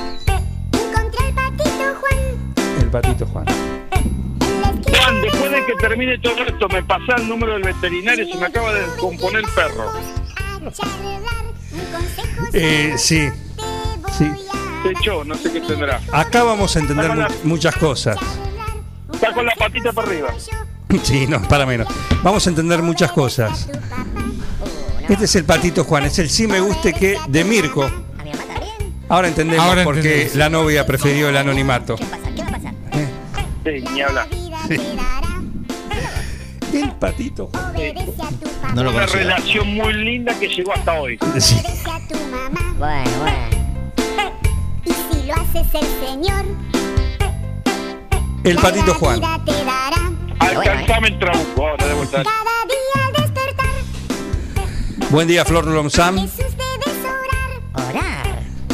Encontré al patito Juan. El patito Juan. Juan, después de que termine todo esto, me pasa el número del veterinario, se me acaba de descomponer el perro. Sí. Se echó, no sé qué tendrá. Acá vamos a entender muchas cosas. Está con la patita para arriba. Sí, no, para menos. Vamos a entender muchas cosas. Este es el patito Juan, es el sí me guste que de Mirko. Ahora entendemos por qué la novia prefirió el anonimato. Sí, ni hablar. Sí. El patito. No lo Una conocía. relación muy linda que llegó hasta hoy. Sí. Bueno. Y si lo haces el Señor, El patito Juan. te dará. Alcanzame el trabuco, ahora de vuelta. Cada día al despertar, Buen día, Flor Lomsam. Jesús debes orar.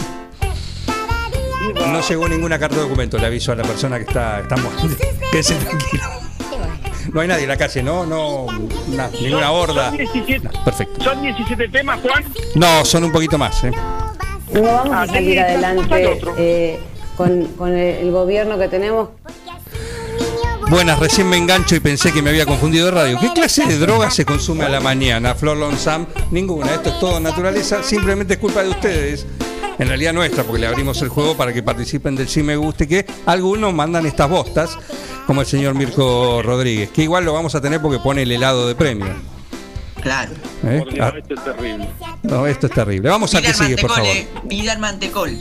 No llegó ninguna carta de documento, le aviso a la persona que estamos. Quédese tranquilo. No hay nadie en la calle, ¿no? Ninguna horda. Son 17, Perfecto. ¿Son 17 temas, Juan? No, son un poquito más, ¿eh? No vamos a salir adelante con el gobierno que tenemos. Buenas, recién me engancho y pensé que me había confundido de radio. ¿Qué clase de droga se consume a la mañana, Flor Lonsam? Ninguna, esto es todo naturaleza, simplemente es culpa de ustedes. En realidad nuestra, porque le abrimos el juego para que participen del sí me guste, que algunos mandan estas bostas, como el señor Mirko Rodríguez, que igual lo vamos a tener porque pone el helado de premio. Claro. Por Dios, esto es terrible. No, esto es terrible. Vamos a que sigue, por favor. Pidan mantecol.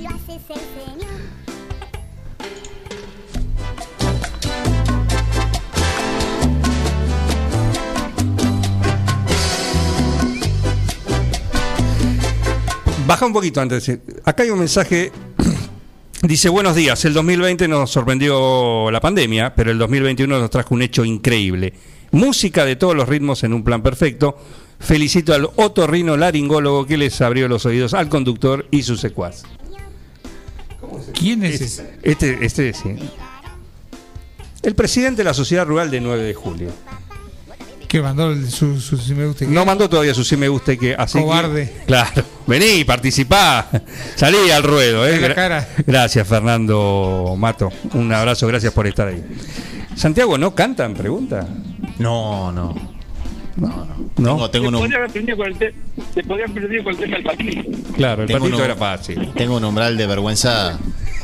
Baja un poquito antes. Acá hay un mensaje. Dice, buenos días. El 2020 nos sorprendió la pandemia, pero el 2021 nos trajo un hecho increíble. Música de todos los ritmos en un plan perfecto. Felicito al otorrinolaringólogo que les abrió los oídos al conductor y sus secuaz. ¿Quién es ese? Este sí. El presidente de la Sociedad Rural de 9 de julio. ¿Qué mandó su sí me guste? No mandó todavía su sí me guste que así. Cobarde. Claro. Vení, participá. Salí al ruedo, En la cara. Gracias, Fernando Mato. Un abrazo, gracias por estar ahí. Santiago, ¿no cantan? Pregunta. No. No. Tengo Te un podría haber aprendido con el tema del patito. Claro, el Tengo patito uno- era fácil. Tengo un umbral de vergüenza.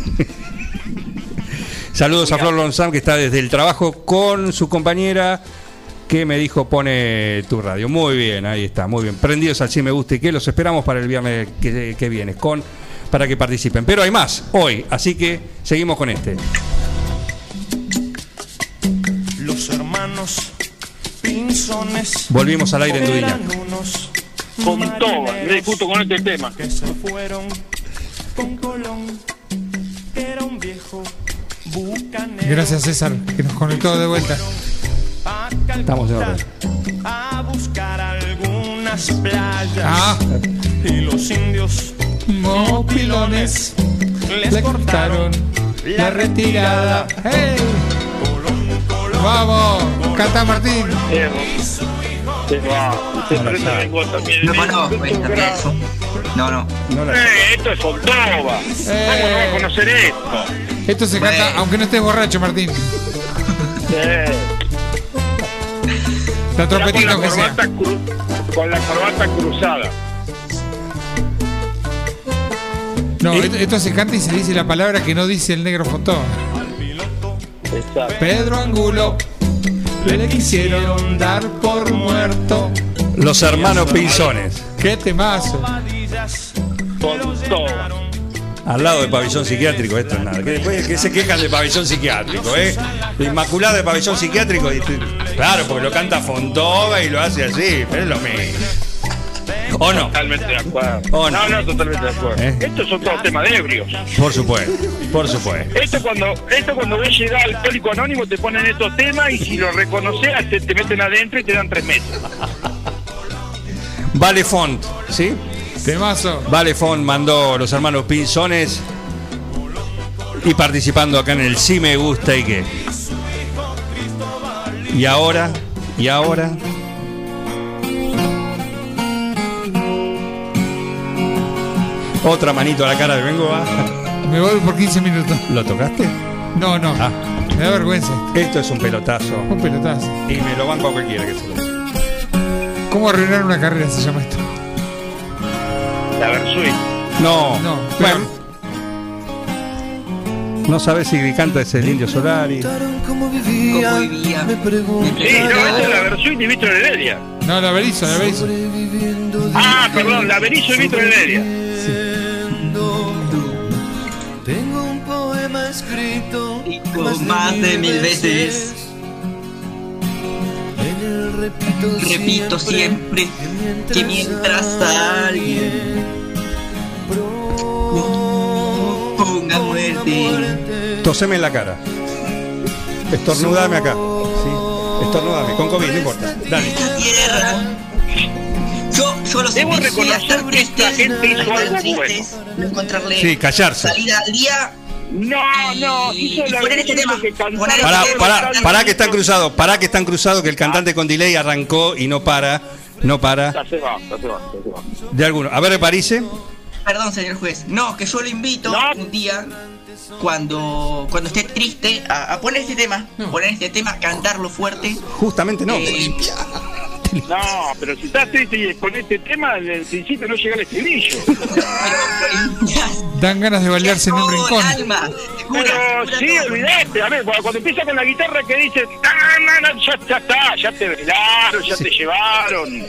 Saludos a Flor Lonsam, que está desde el trabajo con su compañera, que me dijo pone tu radio. Muy bien, ahí está, muy bien. Prendidos al sí me gusta y que los esperamos para el viernes que viene, para que participen. Pero hay más hoy, así que seguimos con este. Los hermanos Pinzones. Volvimos al aire en Dudiñac. eran unos Con todo, me discuto con este tema. que se fueron con Colón, que era un viejo bucanero. Gracias, César, que nos conectó de vuelta. Estamos en orden. A buscar algunas playas. Y los indios mopilones les cortaron la retirada. ¡Hey! ¡Vamos! ¡Canta Martín! Se va. Se prende la lengua también. No conozco esta pieza. No. Esto es Fontova. ¿Cómo no va a conocer esto? Esto se canta aunque no estés borracho, Martín. La trompetita aunque sea. Con la corbata cruzada. No, esto se canta y se dice la palabra que no dice el negro Fontón. Exacto. Pedro Angulo le quisieron dar por muerto. Los hermanos Pinzones. ¡Qué temazo! Fontova. Al lado del pabellón psiquiátrico, esto es nada. Que se quejan del pabellón psiquiátrico, ¿eh? La Inmaculada del pabellón psiquiátrico. Claro, porque lo canta Fontova y lo hace así, pero es lo mismo. ¿O no? Totalmente de acuerdo. ¿O no? No, totalmente de acuerdo. Estos son todos temas de ebrios. Por supuesto, por supuesto. Esto cuando ves llegar al Alcohólico Anónimo te ponen estos temas y si lo reconoces te meten adentro y te dan 3 meses. Vale Font, ¿sí? Temazo. Vale Font mandó los hermanos Pinzones y participando acá en el Sí Me Gusta y qué. Y ahora. Otra manito a la cara de Bengoa. Me voy por 15 minutos. ¿Lo tocaste? No. Ah. Me da vergüenza. Esto es un pelotazo. Un pelotazo. Y me lo banco a cualquiera que se lo diga. ¿Cómo arruinar una carrera se llama esto? La Versuit. No. No, Bueno. No sabes si canta es el Indio Solari. ¿Cómo vivía? Sí, no, esta es la Versuit y Víctor Heredia. No, la Berizo. Ah, perdón, la Berizo y Víctor Heredia. Tengo un poema escrito más de 1000 veces. Repito siempre que mientras alguien ponga muerte. Toseme en la cara. Estornudame acá. Sí. Estornudame. Con COVID, no importa. Dale. Tierra. Yo lo sé. Debo reconocer que esta gente hizo algo bueno. No encontrarle Sí, callarse. salida al día. No, hizo la poner este tema. que Pará que están cruzados. Pará que están cruzados, que el cantante con delay arrancó y no para. Ya se va. De alguno. A ver, Parise. Perdón, señor juez. No, que yo lo invito un día cuando esté triste a poner este tema. Poner este tema, cantarlo fuerte. Justamente no. No, pero si estás triste con este tema, al principio no llega el estribillo. Dan ganas de bailarse en un rincón. Pero sí, olvidate. A ver, cuando empieza con la guitarra que dice, ya está, ya te velaron, ya te llevaron.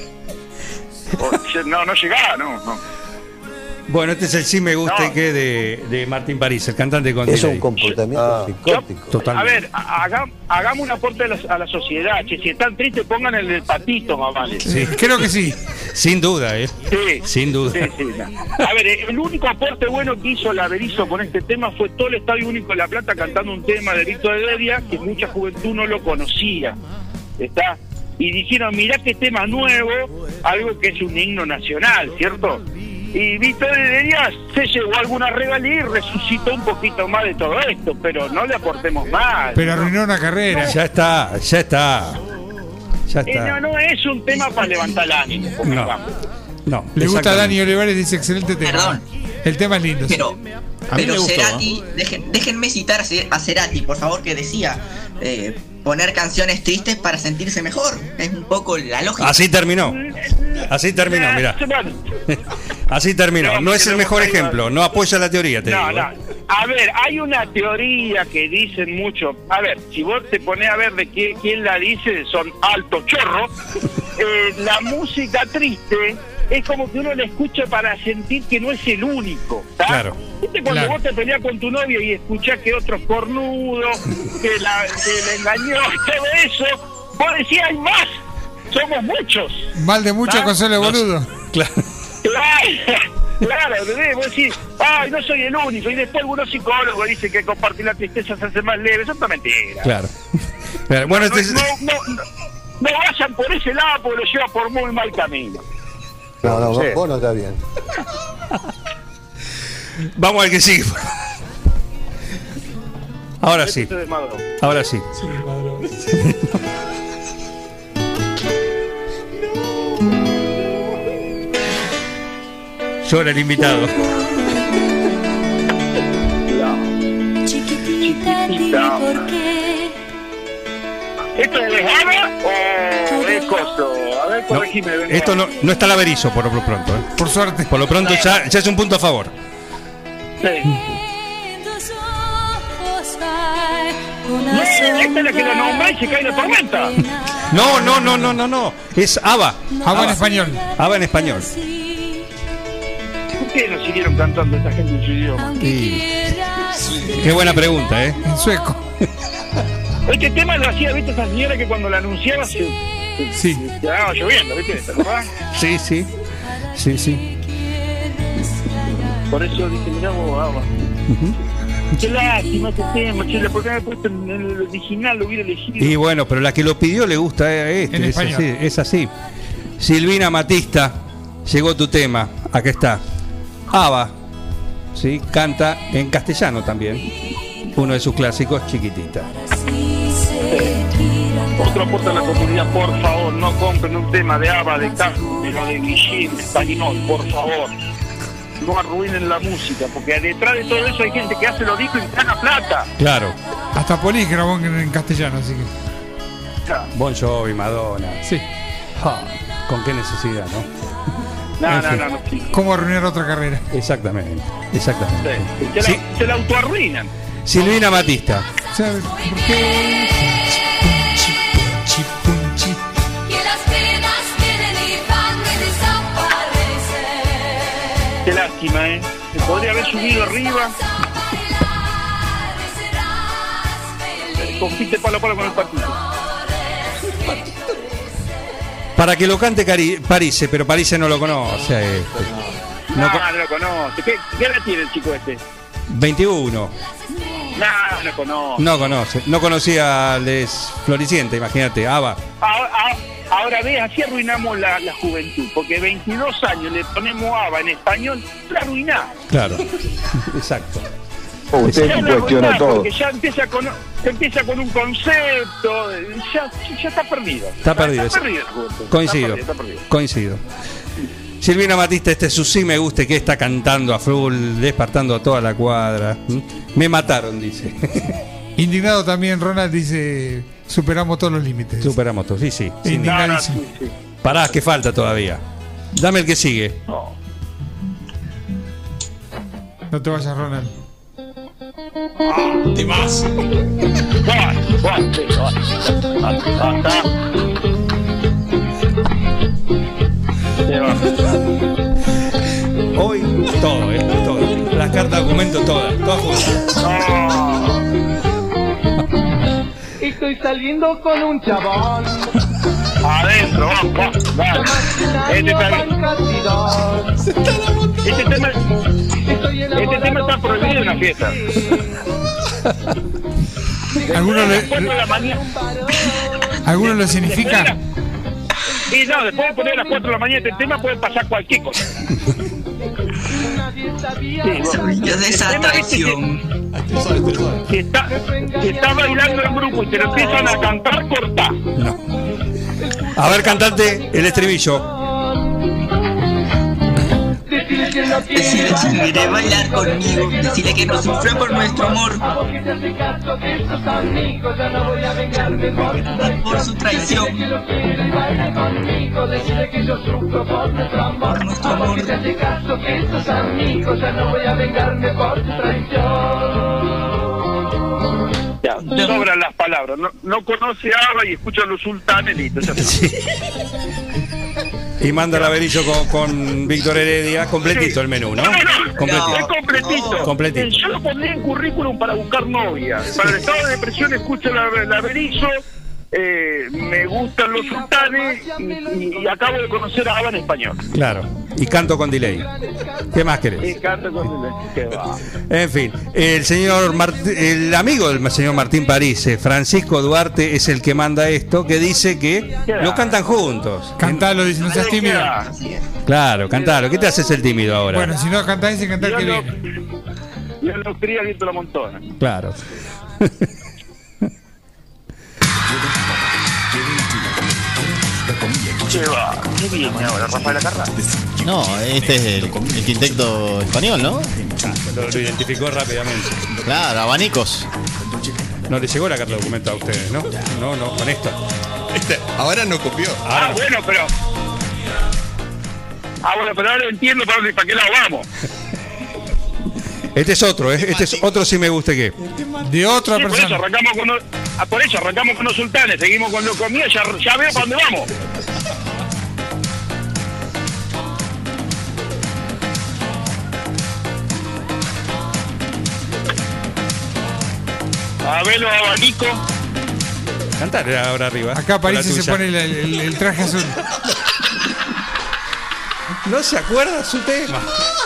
No llegaba, no. Bueno, este es el sí me gusta y que de Martín París, el cantante con Es delay. un comportamiento psicótico. Totalmente. A ver, hagamos un aporte a la sociedad. Che, si están tristes, pongan el del patito, mamá. Sí, creo que sí. Sin duda, Sí. Sin duda. Sí, no. A ver, el único aporte bueno que hizo la Berizo con este tema fue todo el Estadio Único de La Plata cantando un tema de Víctor Heredia que mucha juventud no lo conocía. ¿Está? Y dijeron, mirá qué tema nuevo, algo que es un himno nacional, ¿cierto? Y Víctor Heredia se llevó alguna regalía y resucitó un poquito más de todo esto, pero no le aportemos más. Pero arruinó una carrera. Ya está. No es un tema para levantar el ánimo. No. Le gusta a Dani Olivares, dice excelente tema. Perdón. El tema es lindo. Pero me gustó. Cerati, déjenme citar a Cerati, por favor, que decía poner canciones tristes para sentirse mejor. Es un poco la lógica. Así terminó, mirá. Así terminó. No es el mejor ejemplo, no apoya la teoría, te digo. A ver, hay una teoría que dicen mucho. A ver, si vos te pones a ver de quién la dice, son altos chorros. La música triste es como que uno la escucha para sentir que no es el único. ¿sabes? Claro. ¿Viste cuando vos te peleás con tu novio y escuchás que otro es cornudo, que la engañó, todo eso? Vos decís, hay más. Somos muchos. Mal de mucho con solo boludo. Claro. Claro, bebé, vos decís, ay, no soy el único. Y después algunos psicólogos dicen que compartir la tristeza se hace más leve. Eso es mentira. Claro. Bueno, no vayan por ese lado porque lo lleva por muy mal camino. No, vos no está bien. Vamos al que sigue. Ahora sí. Ahora sí. Llora el invitado. Chiquitita, ¿por qué? ¿Esto es Ava o es costo? A ver, corregime. Esto no está la Berizo por lo pronto. Por suerte. Por lo pronto ya es un punto a favor. ¿Esta es la que la nombra y se cae la tormenta? No. Es Ava. Ava en español. Ava en español. ¿Por qué no siguieron cantando esta gente en su idioma? Qué buena pregunta, En sueco. Este tema lo hacía, ¿viste? Esa señora que cuando la anunciaba se quedaba lloviendo, ¿viste? ¿Te acordás? Sí. Por eso dije, mirá vos, Ava. Qué lástima este tema, che, ¿por qué me he puesto en el original? Lo hubiera elegido. Y bueno, pero la que lo pidió le gusta a este. En español. Es así. Silvina Matista, llegó tu tema. Acá está. Ava, ¿sí? Canta en castellano también. Uno de sus clásicos, Chiquitita. Otro aporte a la comunidad, por favor, no compren un tema de Ava, de Castro, de Guillín, de Español, por favor. No arruinen la música, porque detrás de todo eso hay gente que hace lo disco y gana plata. Claro. Hasta Polis grabó en castellano, así que. Bon Jovi, Madonna. Sí. ¿Con qué necesidad, no? No. ¿Cómo arruinar otra carrera? Exactamente. Se la autoarruinan. Silvina Batista. ¿Sabes por qué? Qué lástima, Se podría haber subido arriba. Compite palo a palo con el patito. Para que lo cante Parise, pero Parise no lo conoce. No lo conoce. ¿Qué edad tiene el chico este? 21. No conoce. No conoce. No conocía a Les Floricienta, imagínate. Ava. Ahora ves, así arruinamos la juventud. Porque 22 años le ponemos Ava en español, la arruinás. Claro. Exacto. Usted cuestiona todo. Porque ya empieza con un concepto, ya está perdido. Está perdido. Coincido. Silvina Batista, este es su sí me gusta, que está cantando a full, despertando a toda la cuadra. Me mataron, dice. Indignado también, Ronald dice, superamos todos los límites. Superamos todos, sí. Indignadísimo. Sí. Pará, que falta todavía. Dame el que sigue. No te vayas, Ronald. Te vas. Hoy todo. Las cartas documento todas juntas. Estoy saliendo con un chabón. Adentro, vamos. Este tema está prohibido en la fiesta. ¿Alguno lo significa? Y no, después de poner a las 4 de la mañana este tema puede pasar cualquier cosa. Si está bailando en grupo y te lo empiezan a cantar, corta. No. A ver, cantante, el estribillo. Decirle si quiere bailar conmigo, decirle que no sufra por nuestro amor, por su traición, por nuestro amor. Ya, sobran las palabras. No conoce a Ava y escucha a los sultanes, listo. Sí. Y manda el averillo con Víctor Heredia, completito el menú, ¿no? Completito. Yo lo pondré en currículum para buscar novia. Para el estado de depresión escucho el averillo, me gustan los sultanes y acabo de conocer a Ava en español. Claro, y canto con delay. ¿Qué más querés? Y canto con delay. ¿Qué va? En fin, el amigo del señor Martín Parise, Francisco Duarte, es el que manda esto, que dice que lo cantan juntos. Cantalo, dice, no seas tímido. Claro, cantalo. ¿Qué te haces el tímido ahora? Bueno, si no cantás, dice cantar que viene. Yo lo cría viento la montona. Claro. ¿Qué viene ahora, Rafael Acarra? No, este es el quinteto español, ¿no? Lo identificó rápidamente. Claro, abanicos. No le llegó la carta de documento a ustedes, ¿no? No, con esto. Ahora no copió. Bueno, pero ahora entiendo para qué lado vamos. Este es otro, este es otro sí me gusta que. De otra persona. Por eso arrancamos con los sultanes, seguimos con los comidas, ya veo para dónde vamos. A ver los abanicos. Cantar ahora arriba. Acá París se pone el traje azul. No se acuerda su tema.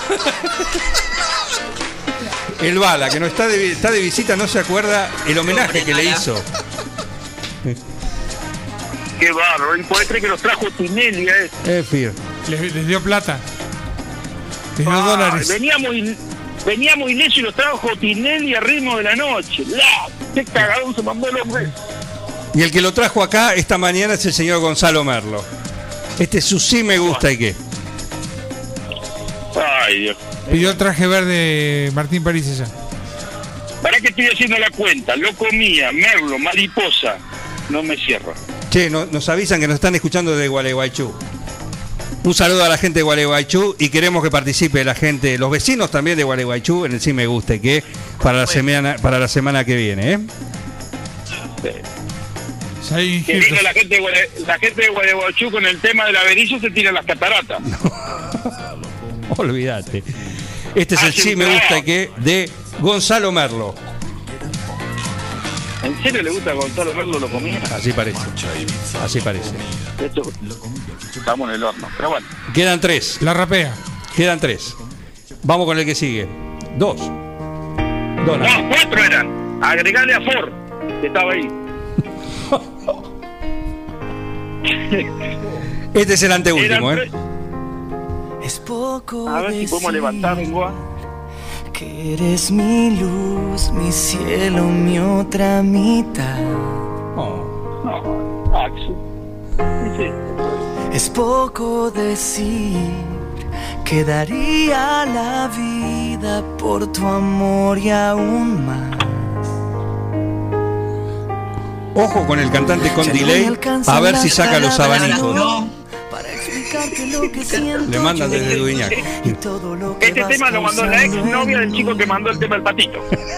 El Bala, que no está de visita, no se acuerda el homenaje que le hizo. Qué bárbaro, y puede creer que los trajo Tinelli a Fir. Les dio plata. Les dio dólares. Venía muy ileso y los trajo Tinelli a ritmo de la noche. ¡Qué cagadón se mandó el hombre! Y el que lo trajo acá esta mañana es el señor Gonzalo Merlo. Este es su sí me gusta y qué. Ay, Dios. Pidió el traje verde Martín París ya. ¿Para qué estoy haciendo la cuenta? Locomía, Merlo, Mariposa. No me cierra. Che, nos avisan que nos están escuchando de Gualeguaychú. Un saludo a la gente de Gualeguaychú y queremos que participe la gente, los vecinos también de Gualeguaychú en el Sí Me Gusta y que para la semana que viene, ¿eh? Que diga la gente de Gualeguaychú con el tema del Averizo se tiran las cataratas. Olvídate. Este es el Sí Me Gusta y que de Gonzalo Merlo. ¿En serio le gusta a Gonzalo Merlo Locomía? Así parece. Así parece. Esto, estamos en el horno, pero bueno. Quedan 3. La rapea. Quedan 3. Vamos con el que sigue. 2. No, 4 eran. Agregale a Ford, que estaba ahí. Este es el anteúltimo, ¿eh? Es poco. A ver si podemos levantar, Goa. Que eres mi luz, mi cielo, mi otra mitad. Sí. Es poco decir que daría la vida por tu amor y aún más. Ojo con el cantante con delay, a ver si saca los abanicos. Le mandan desde Duñac. Este tema lo mandó la ex novia del chico que mandó el tema del patito.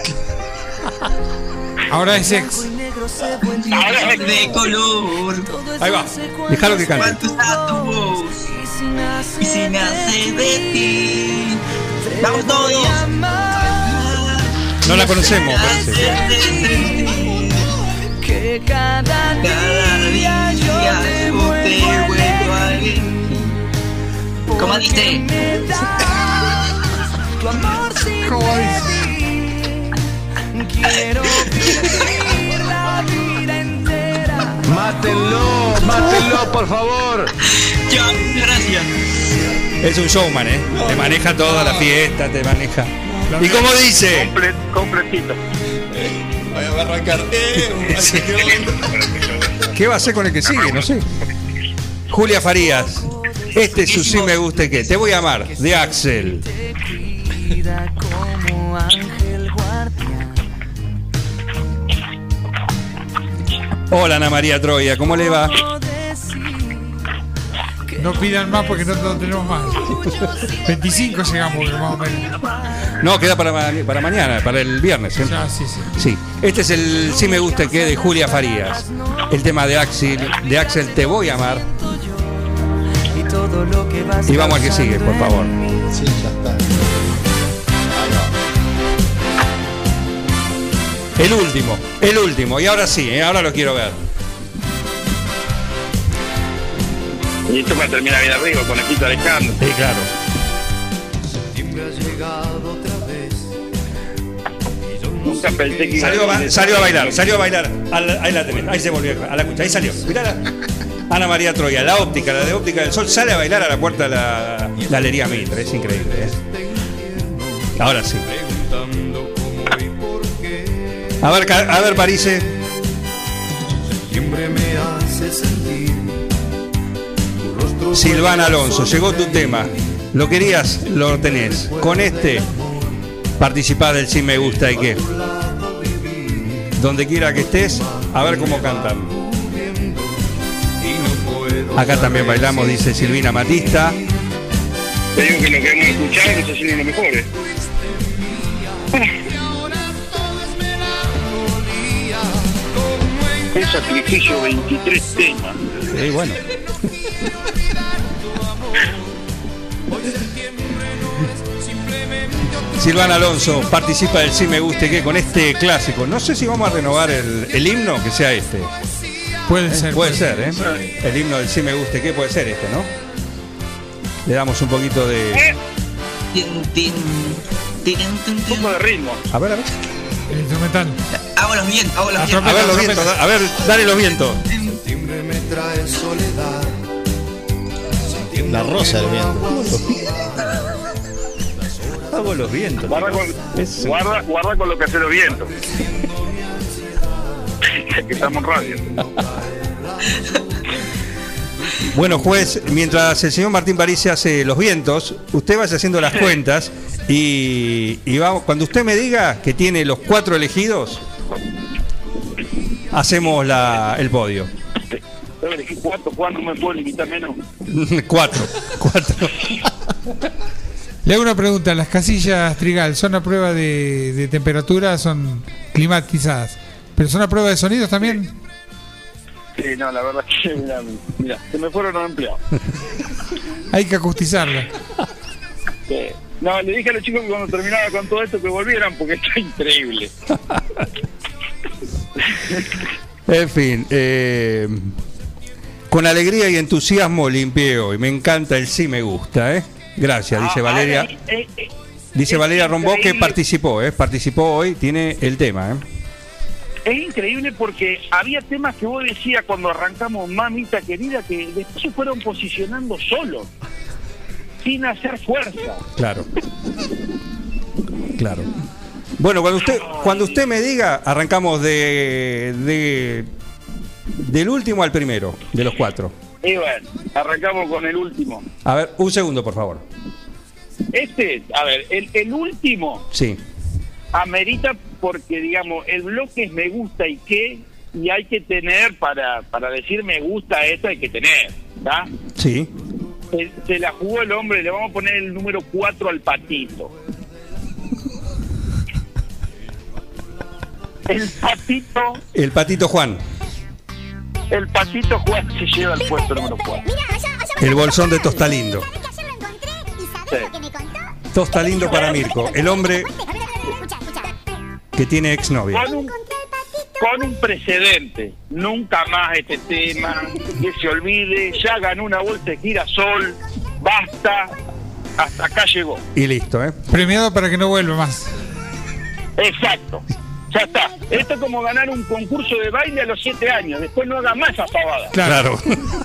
Ahora es ex. Ahora es de color. Ahí va, déjalo que cante. Y si nace de ti. Vamos todos. No la conocemos, parece. Que cada día yo te vuelvo a ver. ¿Cómo dice? Tu amor sin medir. Quiero vivir la vida entera. Mátenlo, por favor. Ya, gracias. Es un showman, ¿eh? Te maneja toda la fiesta, te maneja. ¿Y cómo dice? Completito. Voy a arrancar. Sí. ¿Qué va a hacer con el que sigue? No sé. Julia Farías. Este es su Sí Me Gusta y que te voy a amar, de Axel. Hola Ana María Troya, ¿cómo le va? No pidan más porque no tenemos más. 25 llegamos, más o menos. No, queda para mañana, para el viernes, ¿eh? Ah, sí. Sí, este es el Sí Me Gusta y que de Julia Farías. El tema de Axel, Te Voy a Amar. Y vamos al que sigue, por favor. Sí, ya está. El último. Y ahora sí, ahora lo quiero ver. Y esto para terminar bien arriba, conejito Alejandro. Sí, claro. Nunca pensé que salió a bailar. Ahí la tenés, ahí se volvió a la cucha, ahí salió. Mirá Ana María Troya, la de óptica del sol, sale a bailar a la puerta de la Galería Mitre, es increíble, ¿eh? Ahora sí. A ver, Parise. Silvana Alonso, llegó tu tema. Lo querías, lo tenés. Con este participás del Sí Me Gusta y qué. Donde quiera que estés, a ver cómo cantan. Acá también bailamos, dice Silvina Matista. Te digo que lo que hemos escuchado no sé si no es lo mejor, ¿eh? El sacrificio, 23 temas. Sí, bueno. Silvana Alonso participa del Sí Me Guste que con este clásico. No sé si vamos a renovar el himno, que sea este. Puede ser, ¿eh? El himno del Sí Me Guste que puede ser este, ¿no? Le damos un poquito de... Un poco de ritmo. A ver. El instrumental. Hago los vientos, A ver los vientos, a ver, dale los vientos. La rosa del viento. Hago los vientos. Guarda con lo que hace los vientos. Que estamos en radio. Bueno, juez, mientras el señor Martín París se hace los vientos, usted vaya haciendo las cuentas y vamos, cuando usted me diga que tiene los 4 elegidos, hacemos el podio. Yo elegí 4, Juan, no me puedo limitar menos. 4. Le hago una pregunta, ¿las casillas Trigal son a prueba de temperatura, son climatizadas, pero son a prueba de sonidos también? Sí, no, la verdad es que, mira, se me fueron los empleados. Hay que acustizarla. No, le dije a los chicos que cuando terminaba con todo esto que volvieran porque está increíble. En fin, con alegría y entusiasmo limpié hoy. Me encanta el sí me gusta, Gracias, dice Valeria. Dice Valeria Rombó que participó hoy, tiene el tema, Es increíble porque había temas que vos decías cuando arrancamos Mamita Querida que después se fueron posicionando solos, sin hacer fuerza. Claro. Bueno, cuando usted me diga, arrancamos del último al primero, de los 4. Y bueno, arrancamos con el último. A ver, un segundo, por favor. El último. Sí. Amerita porque, digamos, el bloque es me gusta y qué, y hay que tener, para decir me gusta esto hay que tener, ¿verdad? Sí. Se la jugó el hombre, le vamos a poner el número 4 al Patito. El Patito Juan. El Patito Juan se lleva el puesto número 4. El bolsón de Tostalindo. Sí. Tostalindo para Mirko, el hombre que tiene exnovia. Con un precedente. Nunca más este tema, que se olvide, ya ganó una bolsa de girasol, basta, hasta acá llegó. Y listo, Premiado para que no vuelva más. Exacto. Ya está. Esto es como ganar un concurso de baile a los 7 años. Después no haga más esa pavada. Claro.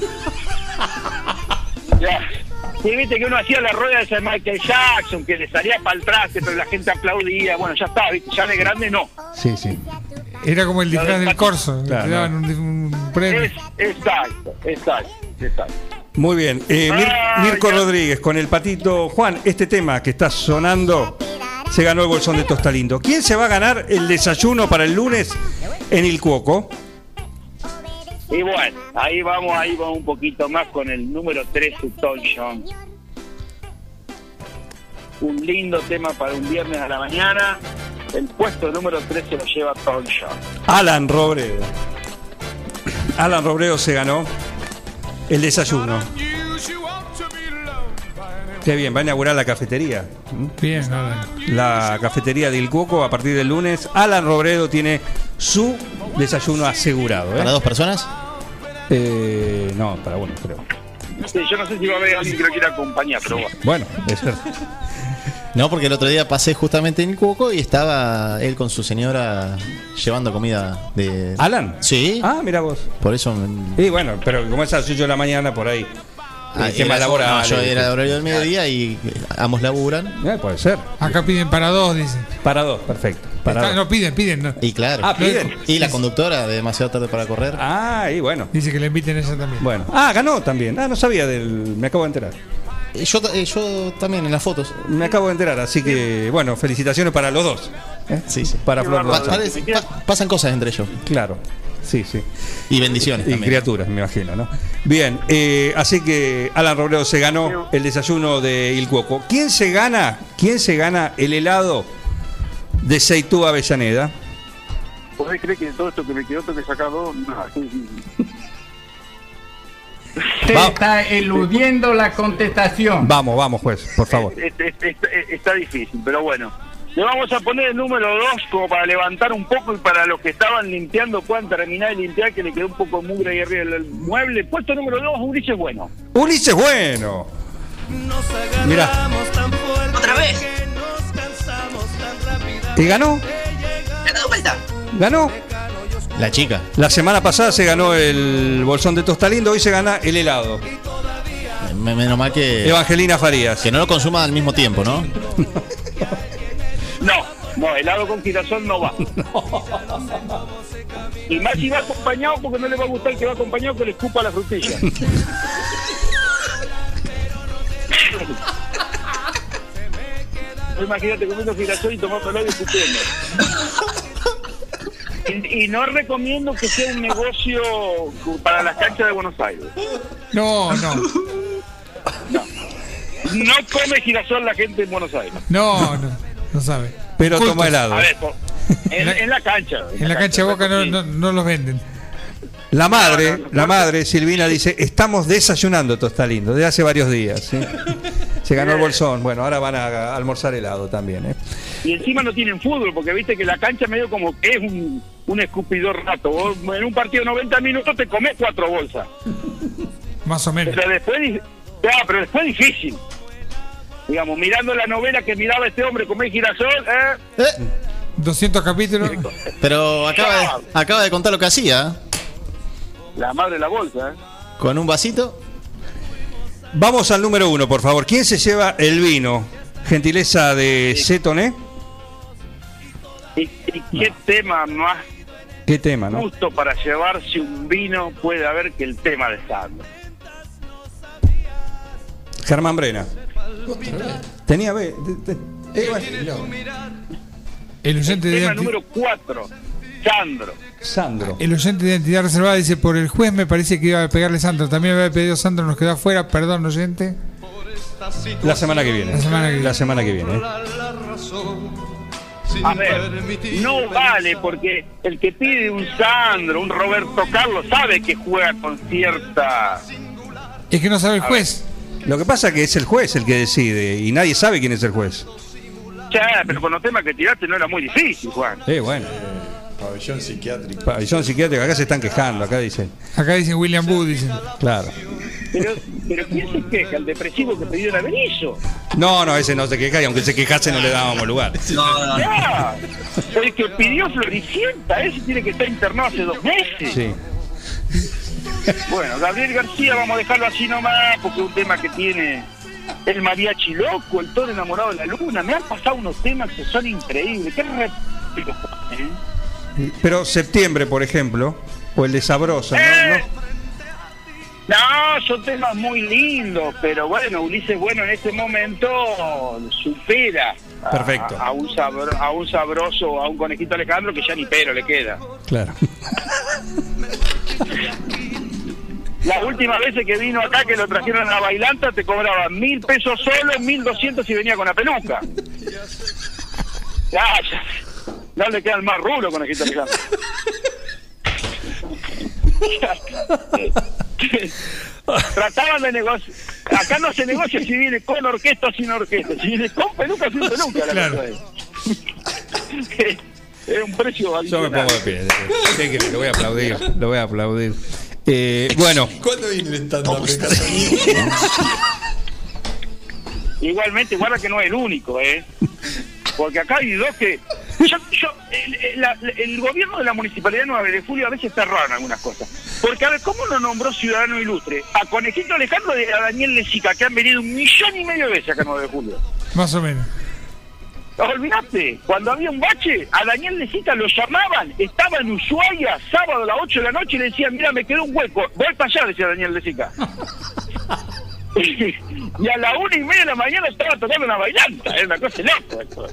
Ya. Y viste que uno hacía la rueda de Michael Jackson, que le salía para el traste, pero la gente aplaudía. Bueno, ya está, ¿viste? Ya de grande no. Sí. Era como el disfraz del corso. Claro, le daban un premio. Exacto. Muy bien. Mirko Rodríguez con el Patito Juan. Este tema que está sonando se ganó el bolsón de Tostalindo. ¿Quién se va a ganar el desayuno para el lunes en Il Cuoco? Y bueno, ahí vamos un poquito más con el número 3, Tom Jones. Un lindo tema para un viernes a la mañana. El puesto número 3 se lo lleva Tom Jones. Alan Robredo se ganó el desayuno. Qué bien, va a inaugurar la cafetería. Bien, Alan. La cafetería de Il Cuoco a partir del lunes. Alan Robredo tiene su desayuno asegurado. ¿Para 2 personas? No, para uno, creo. Sí, yo no sé si va a haber alguien que lo quiera acompañar, pero bueno. Bueno, es verdad. No, porque el otro día pasé justamente en Il Cuoco y estaba él con su señora llevando comida de... ¿Alan? Sí. Ah, mira vos. Por eso... Y bueno, pero como es a las 8 de la mañana, por ahí... tema laboral. No, yo era de horario del mediodía y ambos laburan. Puede ser. Acá piden para 2, dicen. Para 2, perfecto. No, piden. No. Y claro. Piden. Y la conductora de Demasiado Tarde para Correr. Y bueno. Dice que le inviten ella también. Bueno. Ganó también. No sabía me acabo de enterar. Yo también en las fotos. Me acabo de enterar, así que bueno, felicitaciones para los dos. Sí. Para Flor pasan cosas entre ellos. Claro. Sí. Y bendiciones y también. Criaturas, me imagino, ¿no? Bien, así que Alan Robredo se ganó el desayuno de Il Cuoco. ¿Quién se gana el helado de Seitú Avellaneda? ¿Podés creer que de todo esto que me quedó tengo que sacar 2? No. Se está eludiendo la contestación. Vamos, juez, por favor. Está difícil, pero bueno. Le vamos a poner el número 2 como para levantar un poco y para los que estaban limpiando puedan terminar de limpiar, que le quedó un poco de mugre ahí arriba del mueble. Puesto número 2, Ulises Bueno. ¡Ulises Bueno! Mirá. ¿Otra vez? ¿Y ganó? ¿Ganó? La chica. La semana pasada se ganó el bolsón de Tostalindo, hoy se gana el helado. Menos mal que... Evangelina Farías. Que no lo consuma al mismo tiempo, ¿no? No, No, helado con girasol no va. Y más si va acompañado, porque no le va a gustar que va acompañado que le escupa la frutilla. Imagínate comiendo girasol y tomándolo y escupiendo. Y no recomiendo que sea un negocio para las canchas de Buenos Aires. No. No come girasol la gente en Buenos Aires. No sabe. Pero toma helado. A ver, en la cancha. En la cancha de Boca no los venden. La madre, Silvina, dice, estamos desayunando Tostalindo, desde hace varios días. ¿Sí? Se ganó el bolsón. Bueno, ahora van a almorzar helado también. Y encima no tienen fútbol, porque viste que la cancha medio como que es un escupidor rato. Vos en un partido de 90 minutos te comes 4 bolsas. Más o menos. Pero después difícil. Digamos, mirando la novela que miraba este hombre comer girasol, 200 capítulos. Pero acaba de contar lo que hacía. La madre de la bolsa, Con un vasito. Vamos al número 1, por favor. ¿Quién se lleva el vino? Gentileza de Cetoné. ¿Y qué tema más? ¿Qué tema, no? Justo para llevarse un vino puede haber que el tema de Sandro. Germán Brena. Tenía el oyente de tema número 4. Sandro. El oyente de identidad reservada dice, por el juez me parece que iba a pegarle Sandro. También me había pedido Sandro, nos quedó afuera. Perdón, oyente. La semana que viene. La semana que viene. A ver, no vale, porque el que pide un Sandro, un Roberto Carlos, sabe que juega con cierta... Es que no sabe el juez. Lo que pasa es que es el juez el que decide y nadie sabe quién es el juez. Pero con los temas que tiraste no era muy difícil, Juan. Bueno. Pabellón psiquiátrico, acá se están quejando, acá dicen William Booth, dicen. Claro. Pero ¿quién se queja? El depresivo que pidió el averizo. No, ese no se queja y aunque se quejase no le dábamos lugar. No. El que pidió Floricienta, ese tiene que estar internado hace 2 meses. Sí. Bueno, Gabriel García vamos a dejarlo así nomás, porque es un tema que tiene el mariachi loco, el toro enamorado de la luna. Me han pasado unos temas que son increíbles. Qué repito, Pero septiembre, por ejemplo, o el de Sabrosa, No, son temas muy lindos, pero bueno, Ulises Bueno en este momento supera perfecto a un sabroso, a un conejito Alejandro que ya ni pero le queda. Claro. Las últimas veces que vino acá, que lo trajeron a la bailanta, te cobraban 1.000 pesos solo, 1.200 si venía con la peluca. Ya. No le quedan más rubro con Conejito Alejandro. Trataban de negociar. Acá no se negocia si viene con orquesta o sin orquesta. Si viene con peluca o sin peluca. Claro. Es un precio valioso. Yo me pongo de pie. ¿Qué querés? Lo voy a aplaudir. Bueno. ¿Cuándo viene el stand-up? Igualmente, guarda que no es el único, porque acá hay dos que... el gobierno de la Municipalidad de 9 de Julio a veces está raro en algunas cosas. Porque, a ver, ¿cómo lo nombró ciudadano ilustre? A Conejito Alejandro y a Daniel Lezica, que han venido 1,5 millones de veces acá en 9 de Julio. Más o menos. Olvidaste, cuando había un bache, a Daniel Lezica lo llamaban, estaba en Ushuaia, sábado a las 8 de la noche, y le decían, mira, me quedó un hueco, voy para allá, decía Daniel Lezica. Y a las 1:30 de la mañana estaba tocando una bailanta, es una cosa loca esto.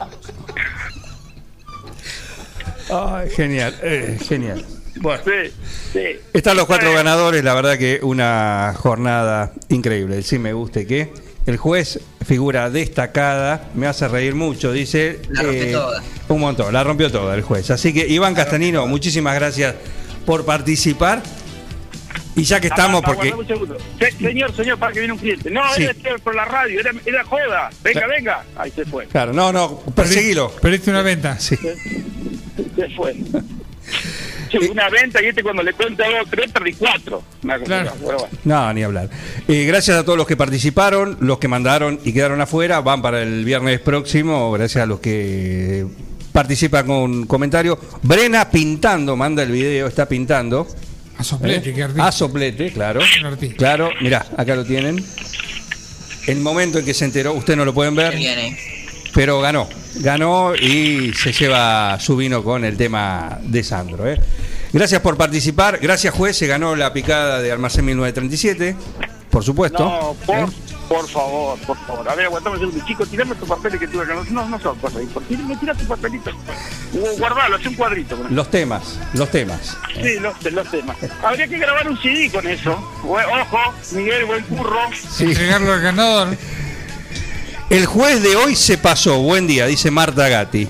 Genial. Bueno, sí. Están los 4 ganadores, la verdad que una jornada increíble. Sí, me gusta que el juez, figura destacada, me hace reír mucho, dice. La rompió toda. Un montón, la rompió toda el juez. Así que, Iván Castanino, muchísimas gracias por participar. Y ya que estamos, porque... Señor, para que viene un cliente. No, sí. Era por la radio, era joda. Venga. Ahí se fue. Claro, no, perseguilo. Perdiste una venta. Sí. Se fue. Una venta y cuando le cuenta 2, 3, perdí 4. Claro. No, ni hablar. Gracias a todos los que participaron, los que mandaron y quedaron afuera, van para el viernes próximo. Gracias a los que participan con comentarios. Brena pintando, manda el video, está pintando. A soplete, qué artista. A soplete, claro. Claro, mirá, acá lo tienen. El momento en que se enteró, ustedes no lo pueden ver, pero ganó. ganó y se lleva su vino con el tema de Sandro. Gracias por participar. Gracias, juez. Se ganó la picada de Almacén 1937, por supuesto. No, por favor. A ver, aguantame un segundo. Chico, tirame tu papel que tuve acá. No son cosas importantes. Me tira tu papelito. Guardalo, hace un cuadrito. Los temas. Sí, los temas. Habría que grabar un CD con eso. Ojo, Miguel, buen curro. Sí. Entregarlo al ganador. El juez de hoy se pasó. Buen día, dice Marta Gatti.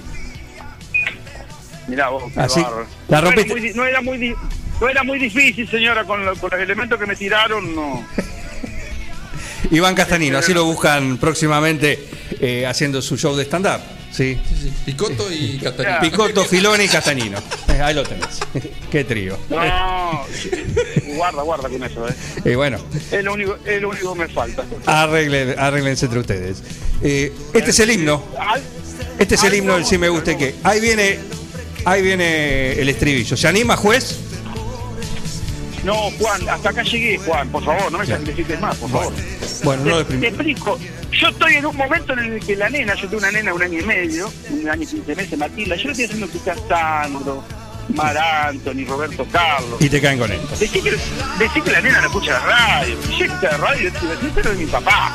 Mirá vos, así, la rompiste. No era muy difícil, señora, con los elementos que me tiraron, no. Iván Castanino, así lo buscan próximamente haciendo su show de stand-up. ¿Sí? Picoto y Castanino. Picoto, Filoni y Castanino. Ahí lo tenés. Qué trío. No, guarda con eso. Bueno. Es lo único que me falta. Arréglense entre ustedes. Este es el himno. Este es el himno del Sí Me Gusta y Qué. Ahí viene el estribillo. ¿Se anima, juez? No, Juan, hasta acá llegué, Juan. Por favor, no me sacrifiques más, por favor. Bueno, te explico. Yo estoy en un momento en el que la nena, yo tengo una nena de 1 año y medio, 1 año y 15 meses, Matilda, yo le estoy haciendo escuchar Sandro, Mar Anthony, Roberto Carlos. Y te caen con él. Decí que la nena no escucha la radio. Si yo escucho la radio, pero de mi papá.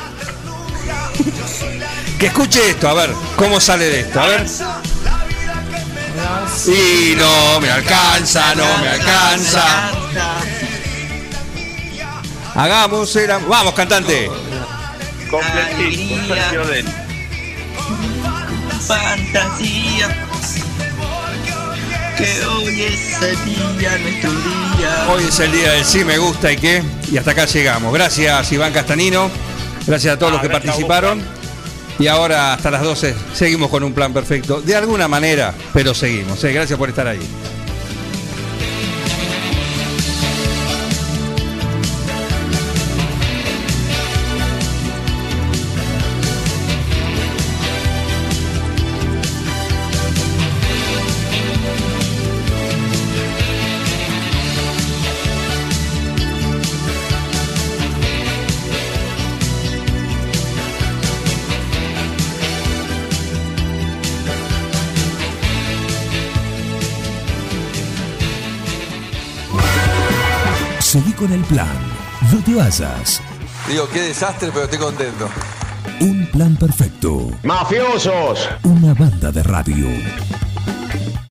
Que escuche esto, a ver, ¿cómo sale de esto? A ver. Y no me alcanza. Hagamos el amor. Vamos, cantante. Completito, Sergio Den. Fantasía. Que hoy es el día, nuestro día. Hoy es el día del Sí Me Gusta y Qué. Y hasta acá llegamos. Gracias, Iván Castanino. Gracias a todos los que participaron. Y ahora hasta las 12 seguimos con un plan perfecto. De alguna manera, pero seguimos. Gracias por estar ahí. Seguí con el plan. No te vayas. Digo, qué desastre, pero estoy contento. Un plan perfecto. ¡Mafiosos! Una banda de radio.